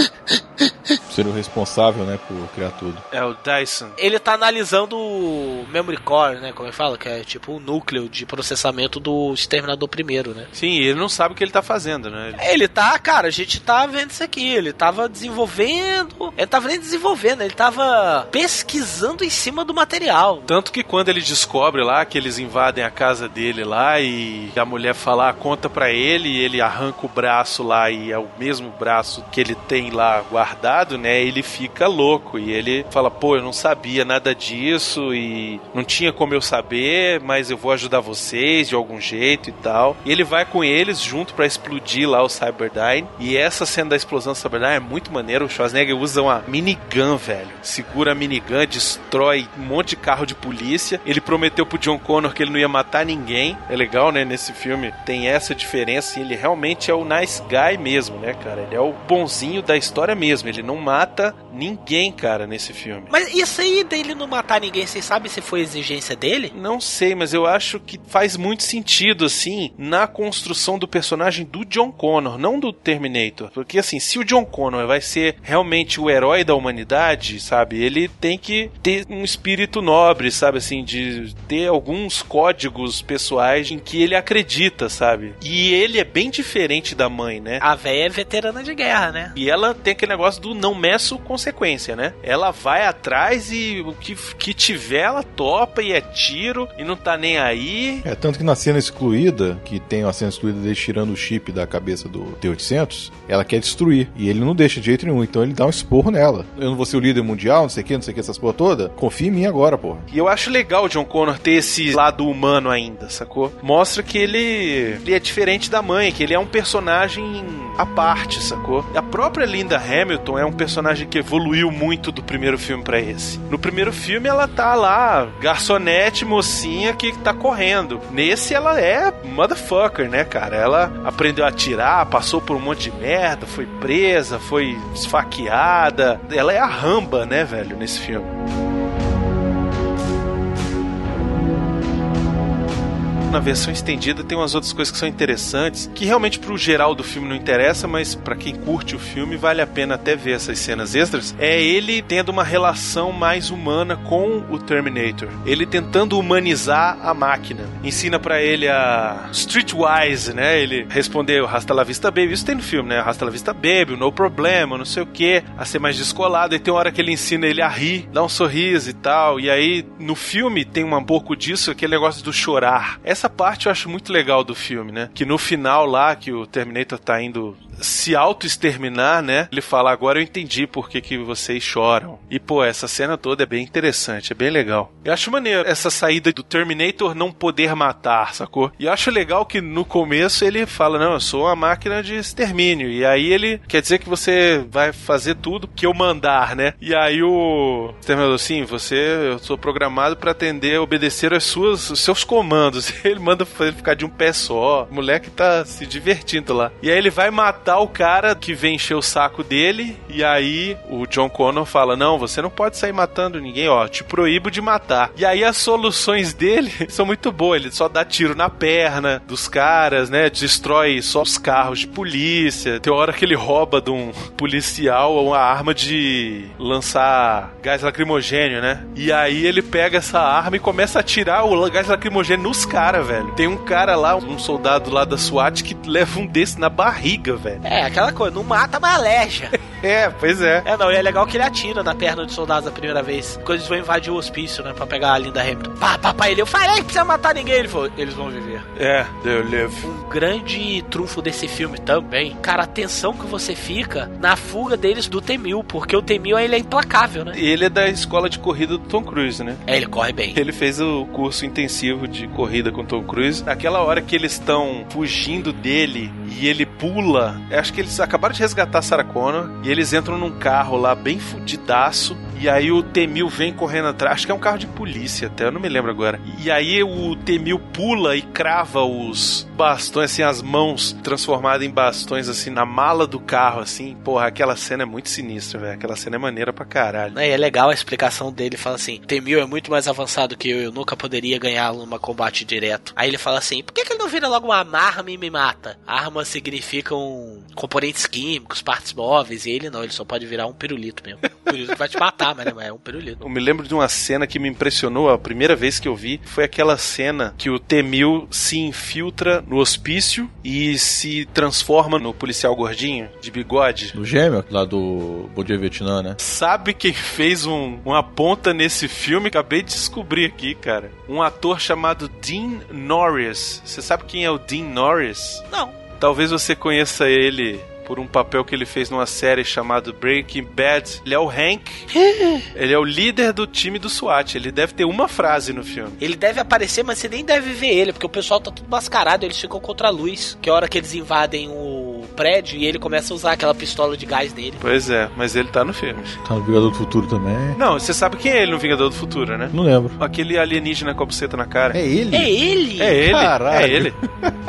Ser o responsável, né, por criar tudo. É o Dyson. Ele tá analisando o memory core, né, como é que fala? Que é tipo o núcleo de processamento do Exterminador primeiro, né? Sim, ele não sabe o que ele tá fazendo, né? Ele... Ele tá, cara, a gente tá vendo isso aqui, ele tava desenvolvendo, ele tava nem desenvolvendo, ele tava pesquisando em cima do material. Tanto que quando ele descobre lá que eles invadem a casa dele lá e a mulher fala, ah, conta pra ele, e ele arranca o braço lá e é o mesmo braço que ele tem lá guardado, né? Ele fica louco e ele fala, pô, eu não sabia nada disso e não tinha como eu saber, mas eu vou ajudar vocês de algum jeito e tal. E ele vai com eles junto pra explodir lá o Cyberdyne. E essa cena da explosão do Cyberdyne é muito maneiro. O Schwarzenegger usa uma minigun, velho. Segura a minigun, destrói um monte de carro de polícia. Ele prometeu pro John Connor que ele não ia matar ninguém. É legal, né? Nesse filme tem essa diferença. Ele realmente é o nice guy mesmo, né, cara? Ele é o bonzinho da história mesmo. Ele não mata ninguém, cara, nesse filme. Mas isso aí dele não matar ninguém, vocês sabem se foi exigência dele? Não sei, mas eu acho que faz muito sentido, assim, na construção do personagem do John Connor, não do Terminator. Porque, assim, se o John Connor vai ser realmente o herói da humanidade, sabe? Ele tem que ter um espírito nobre, sabe? Assim, de ter alguns códigos pessoais em que ele acredita, sabe? E ele é bem diferente da mãe, né? A véia é veterana de guerra, né? E ela tem aquele negócio do não meço consequência, né? Ela vai atrás e o que, que tiver ela topa e é tiro e não tá nem aí. É, tanto que na cena excluída, que tem a cena excluída dele tirando o chip da cabeça do T oitocentos, ela quer destruir. E ele não deixa de jeito nenhum, então ele dá um esporro nela. Eu não vou ser o líder mundial, não sei o que, não sei o que, essas porra toda. Confia em mim agora, porra. E eu acho legal o John Connor ter esse lado humano ainda, sacou? Mostra que ele, ele é diferente da mãe, que ele é um personagem à parte, sacou? A própria Linda Hamilton é um personagem personagem que evoluiu muito do primeiro filme pra esse. No primeiro filme ela tá lá, garçonete, mocinha que tá correndo. Nesse ela é motherfucker, né, cara? Ela aprendeu a atirar, passou por um monte de merda, foi presa, foi esfaqueada. Ela é a Ramba, né, velho, nesse filme. Na versão estendida tem umas outras coisas que são interessantes, que realmente pro geral do filme não interessa, mas pra quem curte o filme vale a pena até ver essas cenas extras. É ele tendo uma relação mais humana com o Terminator, ele tentando humanizar a máquina. Ensina pra ele a Streetwise, né? Ele respondeu Hasta la vista baby, isso tem no filme, né? Hasta la vista baby, no problema, não sei o que, a ser mais descolado. E tem uma hora que ele ensina ele a rir, dar um sorriso e tal. E aí no filme tem um pouco disso, aquele negócio do chorar. Essa parte eu acho muito legal do filme, né? Que no final lá, que o Terminator tá indo se auto-exterminar, né? Ele fala, agora eu entendi por que, que vocês choram. E, pô, essa cena toda é bem interessante, é bem legal. Eu acho maneiro essa saída do Terminator não poder matar, sacou? E eu acho legal que no começo ele fala, não, eu sou uma máquina de extermínio. E aí ele quer dizer que você vai fazer tudo que eu mandar, né? E aí o Terminator, assim, você, eu sou programado pra atender, obedecer as suas, os seus comandos. Ele manda ele ficar de um pé só. O moleque tá se divertindo lá. E aí ele vai matar o cara que vem encher o saco dele, e aí o John Connor fala, não, você não pode sair matando ninguém, ó, te proíbo de matar. E aí as soluções dele são muito boas, ele só dá tiro na perna dos caras, né, destrói só os carros de polícia. Tem hora que ele rouba de um policial uma arma de lançar gás lacrimogênio, né, e aí ele pega essa arma e começa a atirar o gás lacrimogênio nos caras, velho. Tem um cara lá, um soldado lá da SWAT que leva um desse na barriga, velho. É, aquela coisa, não mata, mas aleja. É, pois é. É, não, e é legal que ele atira na perna de soldados a primeira vez. Quando eles vão invadir o hospício, né, pra pegar a Linda Hamilton. Pá, papai, ele, eu falei que precisa matar ninguém. Ele falou, eles vão viver. É, they live. Um grande trunfo desse filme também, cara, a tensão que você fica na fuga deles do T mil, porque o T mil, ele é implacável, né? Ele é da escola de corrida do Tom Cruise, né? É, ele corre bem. Ele fez o curso intensivo de corrida com o Tom Cruise. Naquela hora que eles estão fugindo dele e ele pula, acho que eles acabaram de resgatar a Sarah Connor e eles entram num carro lá bem fudidaço, e aí o T mil vem correndo atrás, acho que é um carro de polícia até, eu não me lembro agora, e aí o T mil pula e crava os bastões, assim, as mãos transformadas em bastões, assim, na mala do carro, assim. Porra, aquela cena é muito sinistra, velho, aquela cena é maneira pra caralho. É, é legal a explicação dele, fala assim, T mil é muito mais avançado que eu, eu nunca poderia ganhar numa combate direto. Aí ele fala assim, por que, que ele não vira logo uma arma e me mata? Armas significam componentes químicos, partes móveis, e ele não, ele só pode virar um pirulito mesmo. Um pirulito que vai te matar, mas não é um pirulito. Eu me lembro de uma cena que me impressionou a primeira vez que eu vi, foi aquela cena que o T mil se infiltra no hospício e se transforma no policial gordinho, de bigode. Do gêmeo, lá do Bom Dia Vietnã, né? Sabe quem fez um, uma ponta nesse filme? Acabei de descobrir aqui, cara. Um ator chamado Dean Norris. Você sabe quem é o Dean Norris? Não. Talvez você conheça ele por um papel que ele fez numa série chamada Breaking Bad. Ele é o Hank. Ele é o líder do time do SWAT. Ele deve ter uma frase no filme. Ele deve aparecer, mas você nem deve ver ele, porque o pessoal tá tudo mascarado, eles ficam contra a luz. Que é a hora que eles invadem o prédio e ele começa a usar aquela pistola de gás dele. Pois é, mas ele tá no filme. Tá no Vingador do Futuro também. Não, você sabe quem é ele no Vingador do Futuro, né? Não lembro. Aquele alienígena com a buceta na cara. É ele? É ele? É ele. Caralho. É ele.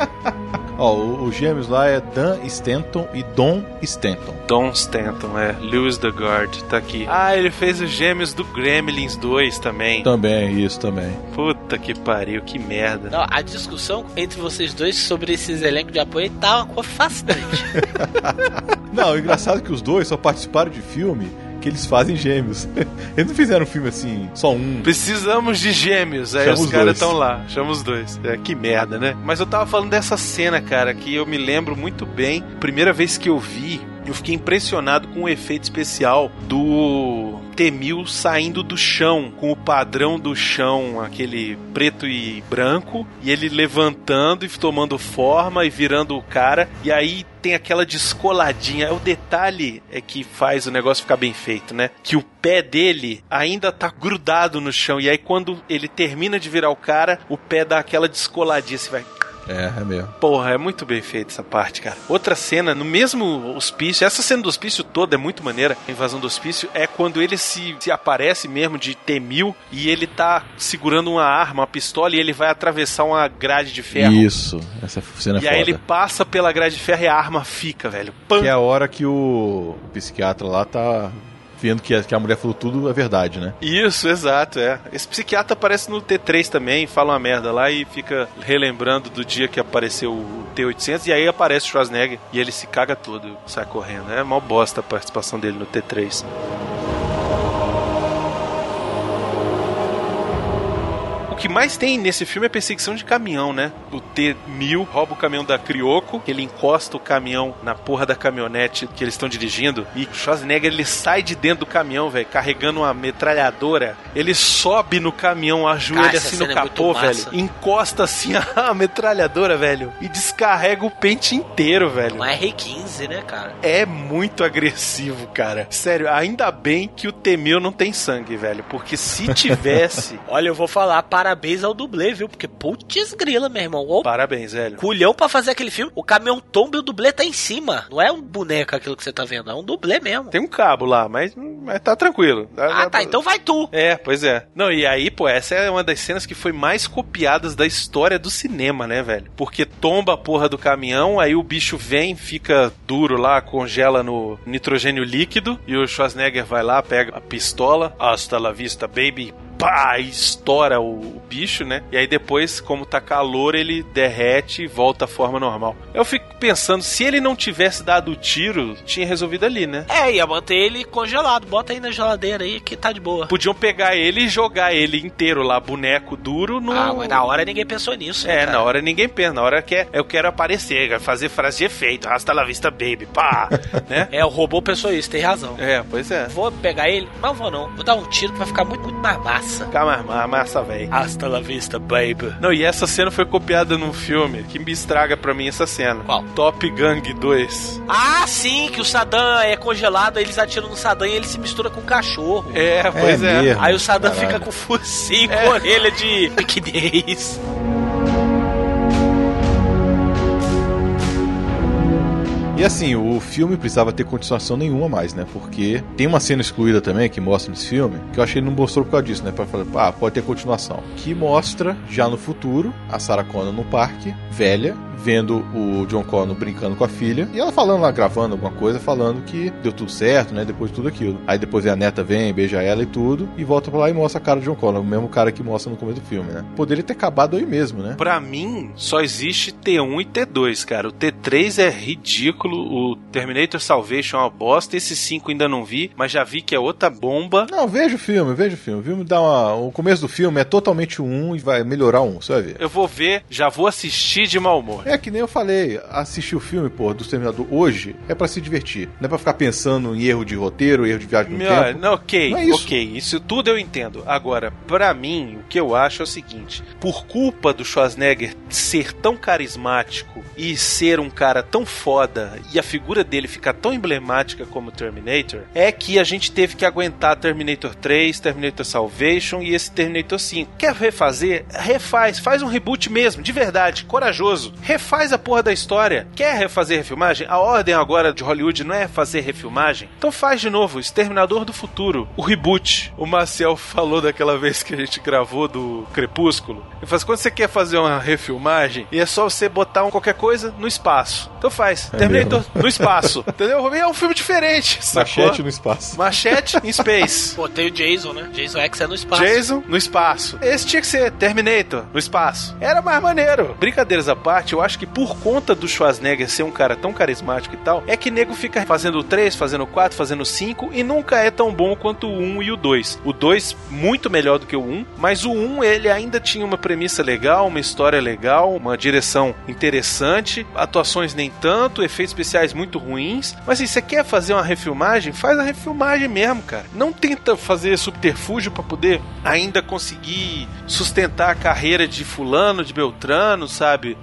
Ó, os gêmeos lá é Dan Stanton e Don Stanton. Don Stanton, é. Lewis the Guard, tá aqui. Ah, ele fez os gêmeos do Gremlins dois também. Também, isso também. Puta que pariu, que merda. Não, a discussão entre vocês dois sobre esses elencos de apoio tá uma coisa fascinante. Não, o engraçado é que os dois só participaram de filme que eles fazem gêmeos. Eles não fizeram um filme assim, só um. Precisamos de gêmeos. Aí Chama os os caras dois. estão lá. Chama os dois. É, que merda, né? Mas eu tava falando dessa cena, cara, que eu me lembro muito bem. Primeira vez que eu vi, eu fiquei impressionado com o efeito especial do T mil saindo do chão, com o padrão do chão, aquele preto e branco, e ele levantando e tomando forma e virando o cara, e aí tem aquela descoladinha. O detalhe é que faz o negócio ficar bem feito, né? Que o pé dele ainda tá grudado no chão, e aí quando ele termina de virar o cara, o pé dá aquela descoladinha, você vai... É, é mesmo. Porra, é muito bem feita essa parte, cara. Outra cena, no mesmo hospício, essa cena do hospício toda é muito maneira, a invasão do hospício, é quando ele se, se aparece mesmo de T mil e ele tá segurando uma arma, uma pistola, e ele vai atravessar uma grade de ferro. Isso, essa cena é E foda. aí ele passa pela grade de ferro e a arma fica, velho. Pam. Que é a hora que o, o psiquiatra lá tá vendo que a, que a mulher falou tudo é verdade, né? Isso, exato, é. Esse psiquiatra aparece no T três também, fala uma merda lá e fica relembrando do dia que apareceu o T oitocentos, e aí aparece o Schwarzenegger e ele se caga todo, sai correndo. É mó bosta a participação dele no T três. O que mais tem nesse filme é perseguição de caminhão, né? O T mil rouba o caminhão da Crioco, ele encosta o caminhão na porra da caminhonete que eles estão dirigindo, e o Schwarzenegger, ele sai de dentro do caminhão, velho, carregando uma metralhadora. Ele sobe no caminhão, ajoelha Cara, assim essa no cena é capô, muito velho, massa. encosta assim a metralhadora, velho, e descarrega o pente inteiro, velho. Não é R quinze, né, cara? É muito agressivo, cara. Sério, ainda bem que o T mil não tem sangue, velho, porque se tivesse... Olha, eu vou falar parabéns ao dublê, viu? Porque putz grila, meu irmão. Ô, Parabéns, velho. culhão pra fazer aquele filme. O caminhão tomba e o dublê tá em cima. Não é um boneco aquilo que você tá vendo, é um dublê mesmo. Tem um cabo lá, mas, mas tá tranquilo. Ah, tá, então vai tu. É, pois é. Não, e aí, pô, essa é uma das cenas que foi mais copiadas da história do cinema, né, velho? Porque tomba a porra do caminhão, aí o bicho vem, fica duro lá, congela no nitrogênio líquido, e o Schwarzenegger vai lá, pega a pistola, hasta la vista, baby, pá, estoura o, o bicho, né? E aí depois, como tá calor, ele derrete e volta à forma normal. Eu fico pensando, se ele não tivesse dado o tiro, tinha resolvido ali, né? É, ia manter ele congelado. Bota aí na geladeira aí que tá de boa. Podiam pegar ele e jogar ele inteiro lá, boneco duro, no... Ah, mas na hora ninguém pensou nisso, né, É, cara? na hora ninguém pensa, na hora que é, eu quero aparecer, fazer frase de efeito, hasta la vista, baby, pá, né? É, o robô pensou isso, tem razão. É, pois é. Vou pegar ele, mas não vou não. Vou dar um tiro que vai ficar muito, muito mais massa. Ficar mais mais massa, velho. Hasta la vista, baby. Não, e essa cena foi copiada num filme que me estraga pra mim essa cena. Qual? Top Gang dois. Ah, sim, que o Saddam é congelado, aí eles atiram no Saddam e ele se mistura com o cachorro. É, pois é. mesmo. Aí o Saddam Caralho. fica com focinho, É. com orelha de pequenez. E assim, o filme precisava ter continuação nenhuma mais, né? Porque tem uma cena excluída também que mostra nesse filme, que eu achei que não mostrou por causa disso, né? Pra falar, ah, pode ter continuação. Que mostra, já no futuro, a Sarah Connor no parque, velha, vendo o John Connor brincando com a filha, e ela falando lá, gravando alguma coisa, falando que deu tudo certo, né? Depois de tudo aquilo. Aí depois a neta vem, beija ela e tudo, e volta pra lá e mostra a cara do John Connor, o mesmo cara que mostra no começo do filme, né? Poderia ter acabado aí mesmo, né? Pra mim, só existe T um e T dois, cara. O T três é ridículo, o Terminator Salvation é uma bosta, esse cinco ainda não vi, mas já vi que é outra bomba. Não, veja o filme, veja o filme. O filme dá uma... O começo do filme é totalmente o um e vai melhorar um, você vai ver. Eu vou ver, já vou assistir de mau humor. É que nem eu falei, assistir o filme, pô, do Terminador hoje é pra se divertir. Não é pra ficar pensando em erro de roteiro, erro de viagem no Meu, tempo. não, ok, Não é isso. ok, isso tudo eu entendo. Agora, pra mim, o que eu acho é o seguinte: por culpa do Schwarzenegger ser tão carismático e ser um cara tão foda e a figura dele ficar tão emblemática como Terminator, é que a gente teve que aguentar Terminator três, Terminator Salvation e esse Terminator cinco. Quer refazer? Refaz, faz um reboot mesmo, de verdade, corajoso. Refaz a porra da história. Quer refazer refilmagem? A ordem agora de Hollywood não é fazer refilmagem? Então faz de novo, Exterminador do Futuro, o reboot. O Marcel falou daquela vez que a gente gravou do Crepúsculo. Ele faz, quando você quer fazer uma refilmagem, e é só você botar um qualquer coisa no espaço. Então faz, É Terminator mesmo. no espaço. Entendeu? É um filme diferente. Sacou? Machete no espaço. Machete em space. Pô, tem o Jason, né? Jason X é no espaço. Jason no espaço. Esse tinha que ser Terminator no espaço. Era mais maneiro. Brincadeiras à parte, eu acho que por conta do Schwarzenegger ser um cara tão carismático e tal, é que nego fica fazendo o três, fazendo o quatro, fazendo o cinco e nunca é tão bom quanto o um e o dois. O dois muito melhor do que o um, mas o um ele ainda tinha uma premissa legal, uma história legal, uma direção interessante, atuações nem tanto, efeitos especiais muito ruins, mas assim, você quer fazer uma refilmagem? Faz a refilmagem mesmo, cara. Não tenta fazer subterfúgio pra poder ainda conseguir sustentar a carreira de fulano, de Beltrano, sabe? Ser uma plataforma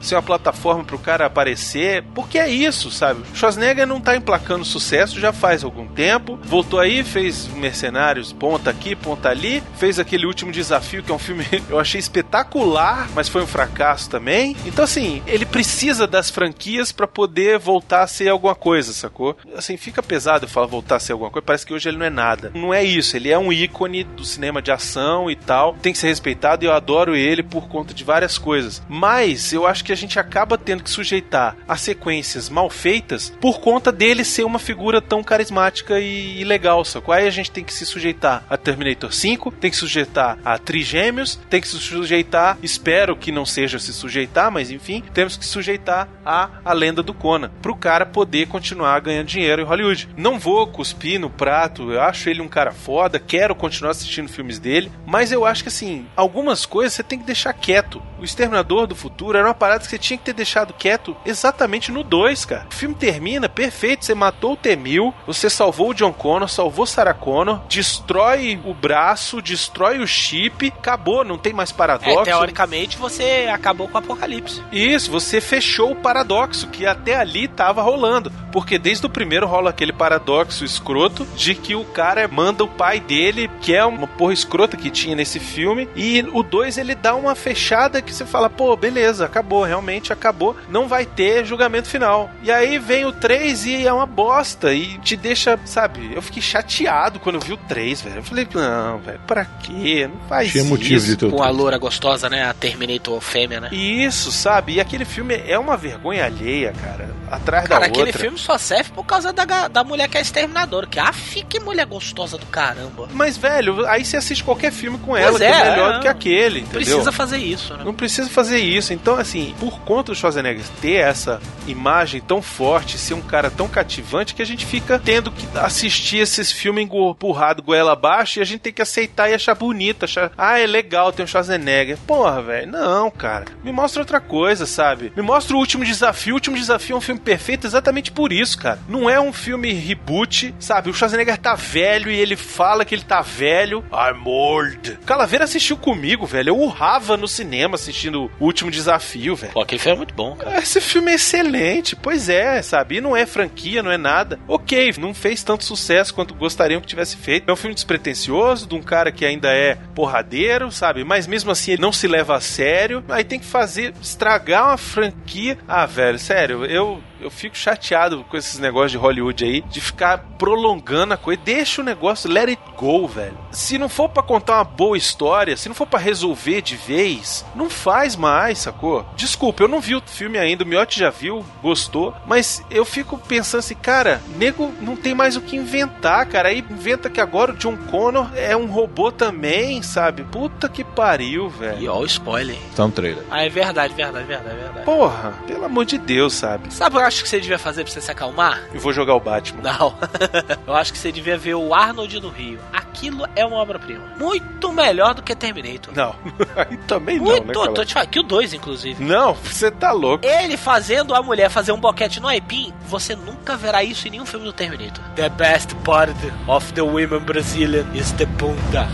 plataforma pro cara aparecer, porque é isso, sabe? Schwarzenegger não tá emplacando sucesso já faz algum tempo, voltou aí, fez Mercenários, ponta aqui, ponta ali, fez aquele Último Desafio, que é um filme eu achei espetacular, mas foi um fracasso também. Então, assim, ele precisa das franquias pra poder voltar a ser alguma coisa, sacou? Assim, fica pesado eu falar voltar a ser alguma coisa, parece que hoje ele não é nada. Não é isso, ele é um ícone do cinema de ação e tal, tem que ser respeitado e eu adoro ele por conta de várias coisas. Mas eu acho que a gente acaba tendo que sujeitar a sequências mal feitas por conta dele ser uma figura tão carismática e, e legal, sacou? Aí a gente tem que se sujeitar a Terminator cinco, tem que sujeitar a Trigêmeos, tem que se sujeitar, espero que não seja se sujeitar, mas enfim, temos que sujeitar a A Lenda do Conan, pro cara poder continuar ganhando dinheiro em Hollywood. Não vou cuspir no prato, eu acho ele um cara foda, quero continuar assistindo filmes dele, mas eu acho que assim, algumas coisas você tem que deixar quieto. O Exterminador do Futuro era uma parada que você tinha que ter deixado quieto exatamente no dois, cara. O filme termina perfeito, você matou o T mil, você salvou o John Connor, salvou Sarah Connor, destrói o braço, destrói o chip, acabou, não tem mais paradoxo. É, teoricamente você acabou com o apocalipse. Isso, você fechou o paradoxo que até ali tava rolando, porque desde o primeiro rola aquele paradoxo escroto de que o cara manda o pai dele, que é uma porra escrota que tinha nesse filme, e o dois ele dá uma fechada que você fala, pô, beleza, acabou, realmente acabou, não vai ter julgamento final. E aí vem o três e é uma bosta, e te deixa, sabe, eu fiquei chateado quando eu vi o três, velho. Eu falei, não, velho, pra quê? Não faz Tinha isso. motivo de ter Com a loura gostosa, né? A Terminator fêmea, né? Isso, sabe? E aquele filme é uma vergonha alheia, cara. Atrás Cara, da aquele outra. filme só serve por causa da, da mulher que é exterminadora. Que, ah, que mulher gostosa do caramba. Mas, velho, aí você assiste qualquer filme com ela, Pois que é, é, melhor é, do que aquele, entendeu? Precisa fazer isso, né? Não precisa fazer isso. Então, assim, por conta do Schwarzenegger ter essa imagem tão forte, ser um cara tão cativante, que a gente fica tendo que assistir esses filmes empurrado goela abaixo e a gente tem que aceitar e achar bonito, achar, ah, é legal, tem um Schwarzenegger. Porra, velho, não, cara. Me mostra outra coisa, sabe? Me mostra o Último Desafio. O Último Desafio é um filme perfeito exatamente por isso, cara. Não é um filme reboot, sabe? O Schwarzenegger tá velho e ele fala que ele tá velho. I'm old. Calaveira assistiu comigo, velho. Eu urrava no cinema assistindo O Último Desafio, velho. Pô, aquele filme é muito bom, cara. Esse filme é excelente. Pois é, sabe? E não é franquia, não é nada. Ok, não fez tanto sucesso quanto gostariam que tivesse feito. É um filme despretensioso, de um cara que ainda é porradeiro, sabe? Mas mesmo assim ele não se leva a sério. Aí tem que fazer, estragar uma franquia. Ah, velho, sério, eu... Eu fico chateado com esses negócios de Hollywood aí, de ficar prolongando a coisa. Deixa o negócio, let it go, velho. Se não for pra contar uma boa história, se não for pra resolver de vez, não faz mais, sacou? Desculpa, eu não vi o filme ainda, o Miotti já viu, gostou, mas eu fico pensando assim, cara, nego não tem mais o que inventar, cara. Aí inventa que agora o John Connor é um robô também, sabe? Puta que pariu, velho. E ó o spoiler. Tá um trailer. Ah, é verdade, verdade, verdade, verdade. Porra, pelo amor de Deus, sabe? Sabe o que eu acho que você devia fazer pra você se acalmar? Eu vou jogar o Batman. Não. Eu acho que você devia ver o Arnold no Rio. Aquilo é uma obra-prima. Muito melhor do que Terminator. Não. Aí também Muito, não, né, tô te falando. Que o dois, inclusive. Não, você tá louco. Ele fazendo a mulher fazer um boquete no aipim, você nunca verá isso em nenhum filme do Terminator. The best part of the women Brazilian is the bunda.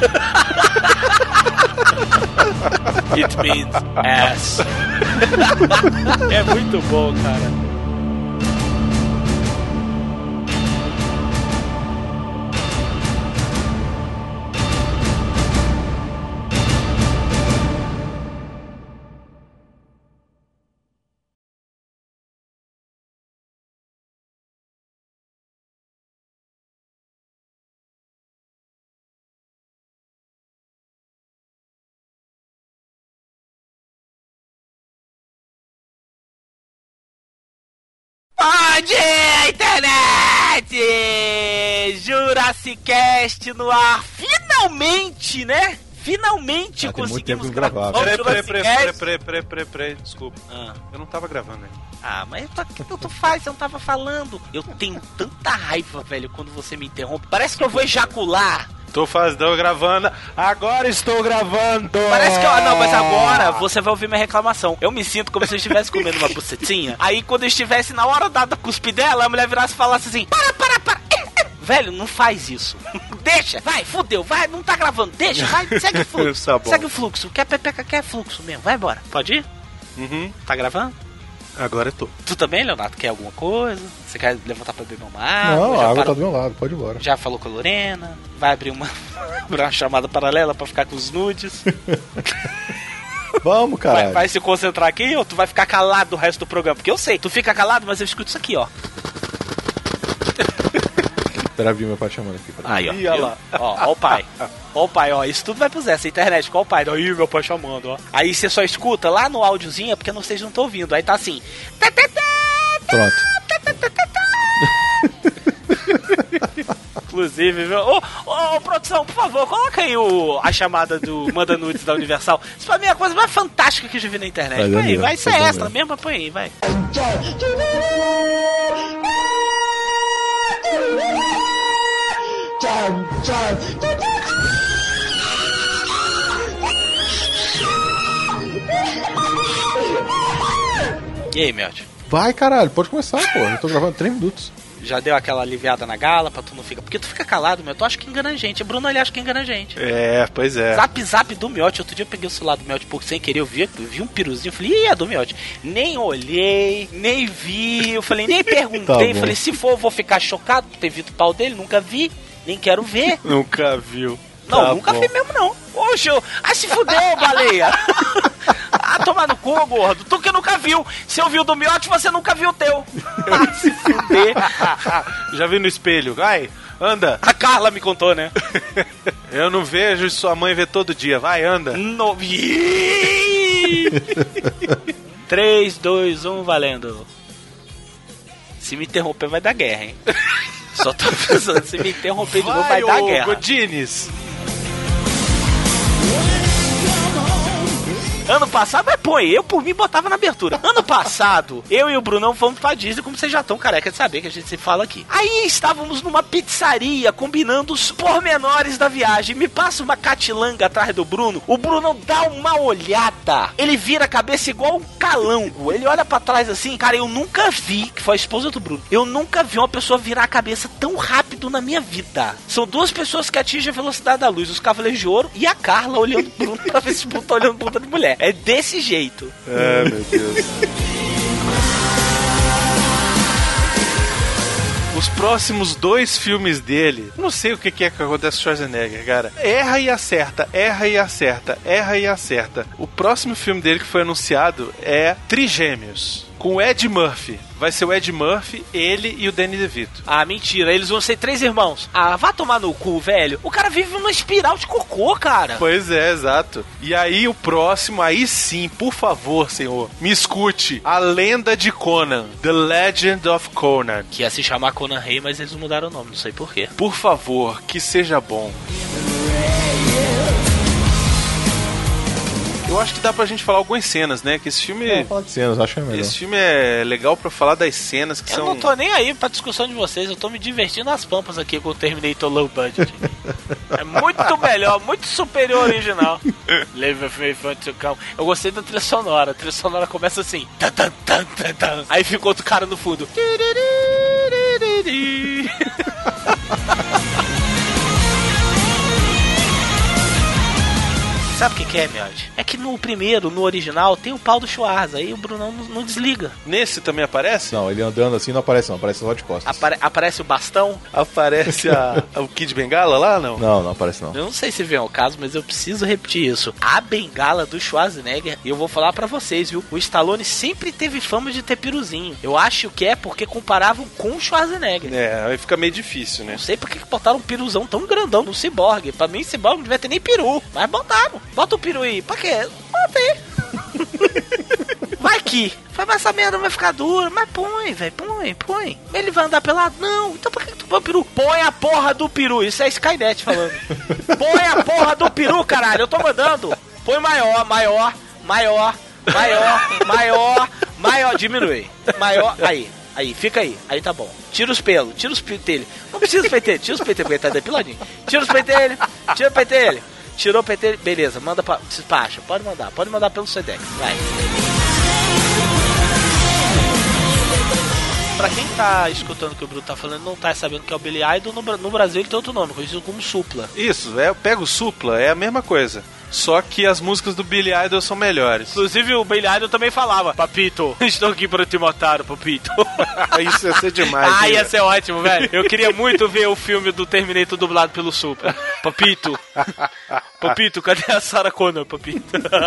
It means ass. É muito bom, cara. Bom dia, internet! Jurassic Cast no ar. Finalmente, né? Finalmente Ah, tem muito tempo conseguimos que gravar. gravar o Peraí, peraí, Jurassic peraí, Cast. peraí, peraí, peraí, peraí, desculpa. Ah. Eu não tava gravando ainda. Ah, mas o que tu faz? Você não tava falando. Eu tenho tanta raiva, velho, quando você me interrompe. Parece que eu vou ejacular. Tô fazendo, gravando. Agora estou gravando. Parece que eu... Não, mas agora você vai ouvir minha reclamação. Eu me sinto como se eu estivesse comendo uma bucetinha. Aí quando eu estivesse na hora da cuspidela, a mulher virasse e falasse assim: Para, para, para. Velho, não faz isso. Deixa, vai, fudeu, vai, não tá gravando. Deixa, vai, segue o fluxo. Tá bom. Segue o fluxo. Quer pepeca, quer fluxo mesmo. Vai embora. Pode ir? Uhum. Tá gravando? Agora eu tô. Tu também, Leonardo, quer alguma coisa? Você quer levantar pra beber uma água? Não, Já a água parou- tá do meu lado, pode ir embora. Já falou com a Lorena? Vai abrir uma, abrir uma chamada paralela pra ficar com os nudes? Vamos, Vai, caralho. vai se concentrar aqui ou tu vai ficar calado o resto do programa? Porque eu sei, tu fica calado, mas eu escuto isso aqui, ó. Espera vir meu pai chamando aqui. Peraí. Aí, ó. Ih, olha lá. Ó, ó o pai. Ó o pai, ó. Isso tudo vai pro Zé, essa internet. Qual o pai? Aí, meu pai chamando, ó. Aí você só escuta lá no áudiozinho, é porque vocês não estão ouvindo. Aí tá assim. Pronto. Inclusive, viu? Ô, ô, ô, produção, por favor, coloca aí o, a chamada do Manda Nudes da Universal. Isso pra mim é a coisa mais fantástica que eu já vi na internet. Mas é Põe aí, mesmo, vai ser faz bom extra mesmo. mesmo, mas põe aí, vai. E aí, Melt? Vai, caralho, pode começar, pô. Eu tô gravando três minutos. Já deu aquela aliviada na gala pra tu não ficar. Porque tu fica calado, meu. Tu acha que engana a gente. O Bruno, ele acha que engana a gente. É, pois é. Zap zap do Miotti. Outro dia eu peguei o celular do Miotti um pouco sem querer. Eu vi, eu vi um piruzinho. Eu falei, ih, é do Miotti. Nem olhei, nem vi. Eu falei, nem perguntei. Tá Eu bom. falei, se for, eu vou ficar chocado por ter visto o pau dele. Nunca vi, nem quero ver. Nunca viu. Não, Tá nunca bom. vi mesmo, não. Oxe, eu... ah, se fudeu, baleia. Ah, toma no cu, gordo. Tu que nunca viu. Se eu vi o do Miotti, você nunca viu o teu. Ah, se fuder. Já vi no espelho. Vai, anda. A Carla me contou, né? Eu não vejo e sua mãe vê todo dia. Vai, anda. No... três, dois, um, valendo. Se me interromper, vai dar guerra, hein? Só tô pensando, se me interromper de novo, vai dar ô, guerra. Godines. Ano passado, mas põe, eu por mim botava na abertura. Ano passado, eu e o Brunão fomos pra Disney, como vocês já estão careca de saber que a gente se fala aqui. Aí estávamos numa pizzaria, combinando os pormenores da viagem. Me passa uma catilanga atrás do Bruno, o Brunão dá uma olhada. Ele vira a cabeça igual um calango. Ele olha pra trás assim, cara, eu nunca vi, que foi a esposa do Bruno, eu nunca vi uma pessoa virar a cabeça tão rápido na minha vida. São duas pessoas que atingem a velocidade da luz, os Cavaleiros de Ouro e a Carla olhando pro Bruno pra ver se o Bruno tá olhando bunda de mulher. É desse jeito. É, meu Deus. Os próximos dois filmes dele, não sei o que que é que acontece com o Schwarzenegger, cara. Erra e acerta, erra e acerta, erra e acerta. O próximo filme dele que foi anunciado é Trigêmeos, com o Ed Murphy. Vai ser o Ed Murphy, ele e o Danny DeVito. Ah, mentira, eles vão ser três irmãos. Ah, vá tomar no cu, velho. O cara vive numa espiral de cocô, cara. Pois é, exato. E aí o próximo, aí sim, por favor, senhor, me escute. A Lenda de Conan, The Legend of Conan. Que ia se chamar Conan Rei, mas eles mudaram o nome, não sei porquê. Por favor, que seja bom. Eu acho que dá pra gente falar algumas cenas, né? Que esse filme... É, falar de cenas, acho que é melhor. Esse filme é legal pra falar das cenas que Eu são... não tô nem aí pra discussão de vocês, eu tô me divertindo nas pampas aqui com o Terminator Low Budget. É muito melhor, muito superior ao original. Live with me, fun to come. Eu gostei da trilha sonora, a trilha sonora começa assim. Tan, tan, tan, tan, tan. Aí fica outro cara no fundo. Sabe o que, que é, Miotti? É que no primeiro, no original, tem o pau do Schwarza. Aí o Brunão não, não desliga. Nesse também aparece? Não, ele andando assim não aparece não, aparece só de costas. Apare- aparece o bastão. Aparece a, o Kid Bengala lá, não? Não, não aparece não. Eu não sei se vem ao caso, mas eu preciso repetir isso. A bengala do Schwarzenegger, e eu vou falar pra vocês, viu? O Stallone sempre teve fama de ter piruzinho. Eu acho que é porque comparavam com o Schwarzenegger. É, aí fica meio difícil, né? Não sei porque que botaram um piruzão tão grandão no Cyborg. Pra mim, Cyborg não devia ter nem peru. Mas botaram. Bota o peru aí. Pra quê? Bota aí. Vai que. Faz, mas essa merda vai ficar dura. Mas põe, velho. Põe, põe. Ele vai andar pelado? Não. Então pra que tu põe o peru? Põe a porra do peru. Isso é Skynet falando. Põe a porra do peru, caralho. Eu tô mandando. Põe maior, maior, maior, maior, maior, maior. Diminui. Maior. Aí. Aí, fica aí. Aí tá bom. Tira os pelos. Tira os pentelhos. Não precisa os pentelhos. Tira os pentelhos, porque ele tá depiladinho. Tira os pentelhos. Tira o pentelho. Tirou o pentelho. Beleza, manda pra... Despacha. Pode mandar. Pode mandar pelo Sedex. Vai. Pra quem tá escutando o que o Bruno tá falando, não tá sabendo que é o Billy Idol, no, no Brasil ele tem outro nome, conhecido como Supla. Isso, é, pega o Supla, é a mesma coisa. só que as músicas do Billy Idol são melhores. Inclusive o Billy Idol também falava: Papito, estou aqui para te matar, Papito. Isso ia ser demais. Ah, hein, ia velho? ser ótimo, velho. Eu queria muito ver o filme do Terminator dublado pelo Supra. Papito. Papito, cadê a Sarah Connor, Papito?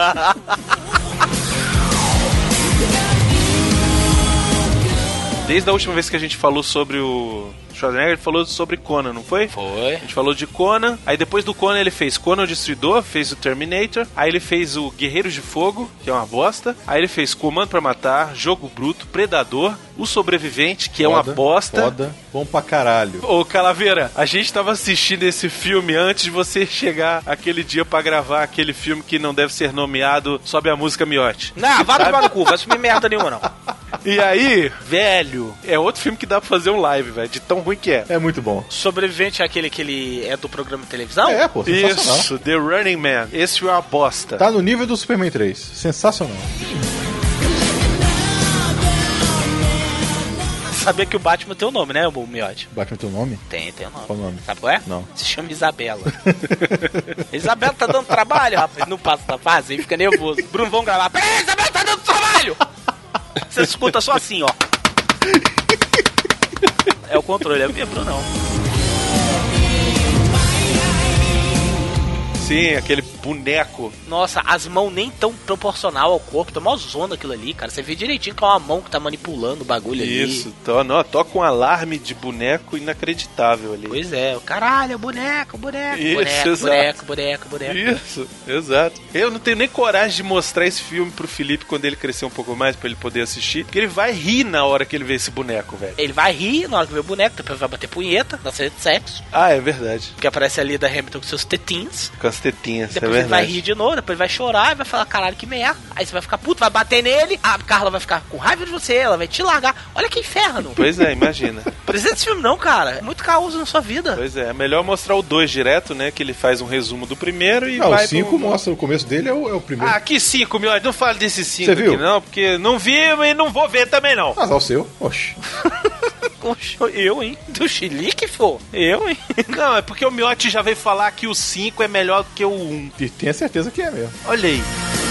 Desde a última vez que a gente falou sobre o Schwarzenegger, ele falou sobre Conan, não foi? Foi. A gente falou de Conan, aí depois do Conan ele fez Conan o Destruidor, fez o Terminator, aí ele fez o Guerreiros de Fogo, que é uma bosta, aí ele fez Comando pra Matar, Jogo Bruto, Predador, O Sobrevivente, que Foda, é uma bosta. Foda, bom pra caralho. Ô, Calaveira, a gente tava assistindo esse filme antes de você chegar aquele dia pra gravar aquele filme que não deve ser nomeado sob a música Miotti. Não, vai tomar no cu, vai assumir merda nenhuma, não. E aí, velho, é outro filme que dá pra fazer um live, velho, de tão ruim que é. É muito bom. Sobrevivente é aquele que ele é do programa de televisão? É, pô, sensacional. Isso, The Running Man. Esse é uma bosta. Tá no nível do Superman três. Sensacional. Sabia que o Batman tem um nome, né, o Miotti? Batman tem um nome? Tem, tem um nome. Qual o nome? Sabe qual é? Não. Se chama Isabela. Isabela tá dando trabalho, rapaz. Não passa da fase, aí fica nervoso. Bruno, vamos gravar. Peraí, Isabela tá dando trabalho! Você escuta só assim, ó. É o controle, é o Bruno, não. Sim, aquele boneco. Nossa, as mãos nem tão proporcional ao corpo. Tá mó zona aquilo ali, cara. Você vê direitinho que é uma mão que tá manipulando o bagulho ali. Isso, to, não, toca um alarme de boneco inacreditável ali. Pois é, o caralho, boneco, boneco, Isso, boneco, exato. boneco, boneco, boneco. Isso, exato. Eu não tenho nem coragem de mostrar esse filme pro Felipe quando ele crescer um pouco mais, pra ele poder assistir, porque ele vai rir na hora que ele vê esse boneco, velho. Ele vai rir na hora que vê o boneco, depois vai bater punheta na cena de sexo, Ah, é verdade. que aparece ali da Hamilton com seus tetins. Com as tetinhas, Depois é ele vai verdade. rir de novo, depois ele vai chorar e vai falar, caralho, que merda. Aí você vai ficar puto, vai bater nele, a Carla vai ficar com raiva de você, ela vai te largar. Olha que inferno. Pois é, imagina. Precisa desse filme não, cara. É muito caos na sua vida. Pois é, é melhor mostrar o dois direto, né? Que ele faz um resumo do primeiro e Não, vai o cinco pro... mostra o começo dele, é o, é o primeiro. Ah, que cinco, meu? Não fale desse cinco Você viu? aqui não, porque não vi e não vou ver também não. Mas o seu, oxe. Poxa, eu, hein? Do Chile que for. Eu, hein? Não, é porque o Miotti já veio falar que o cinco é melhor do que o um. E tenha certeza que é mesmo. Olha aí.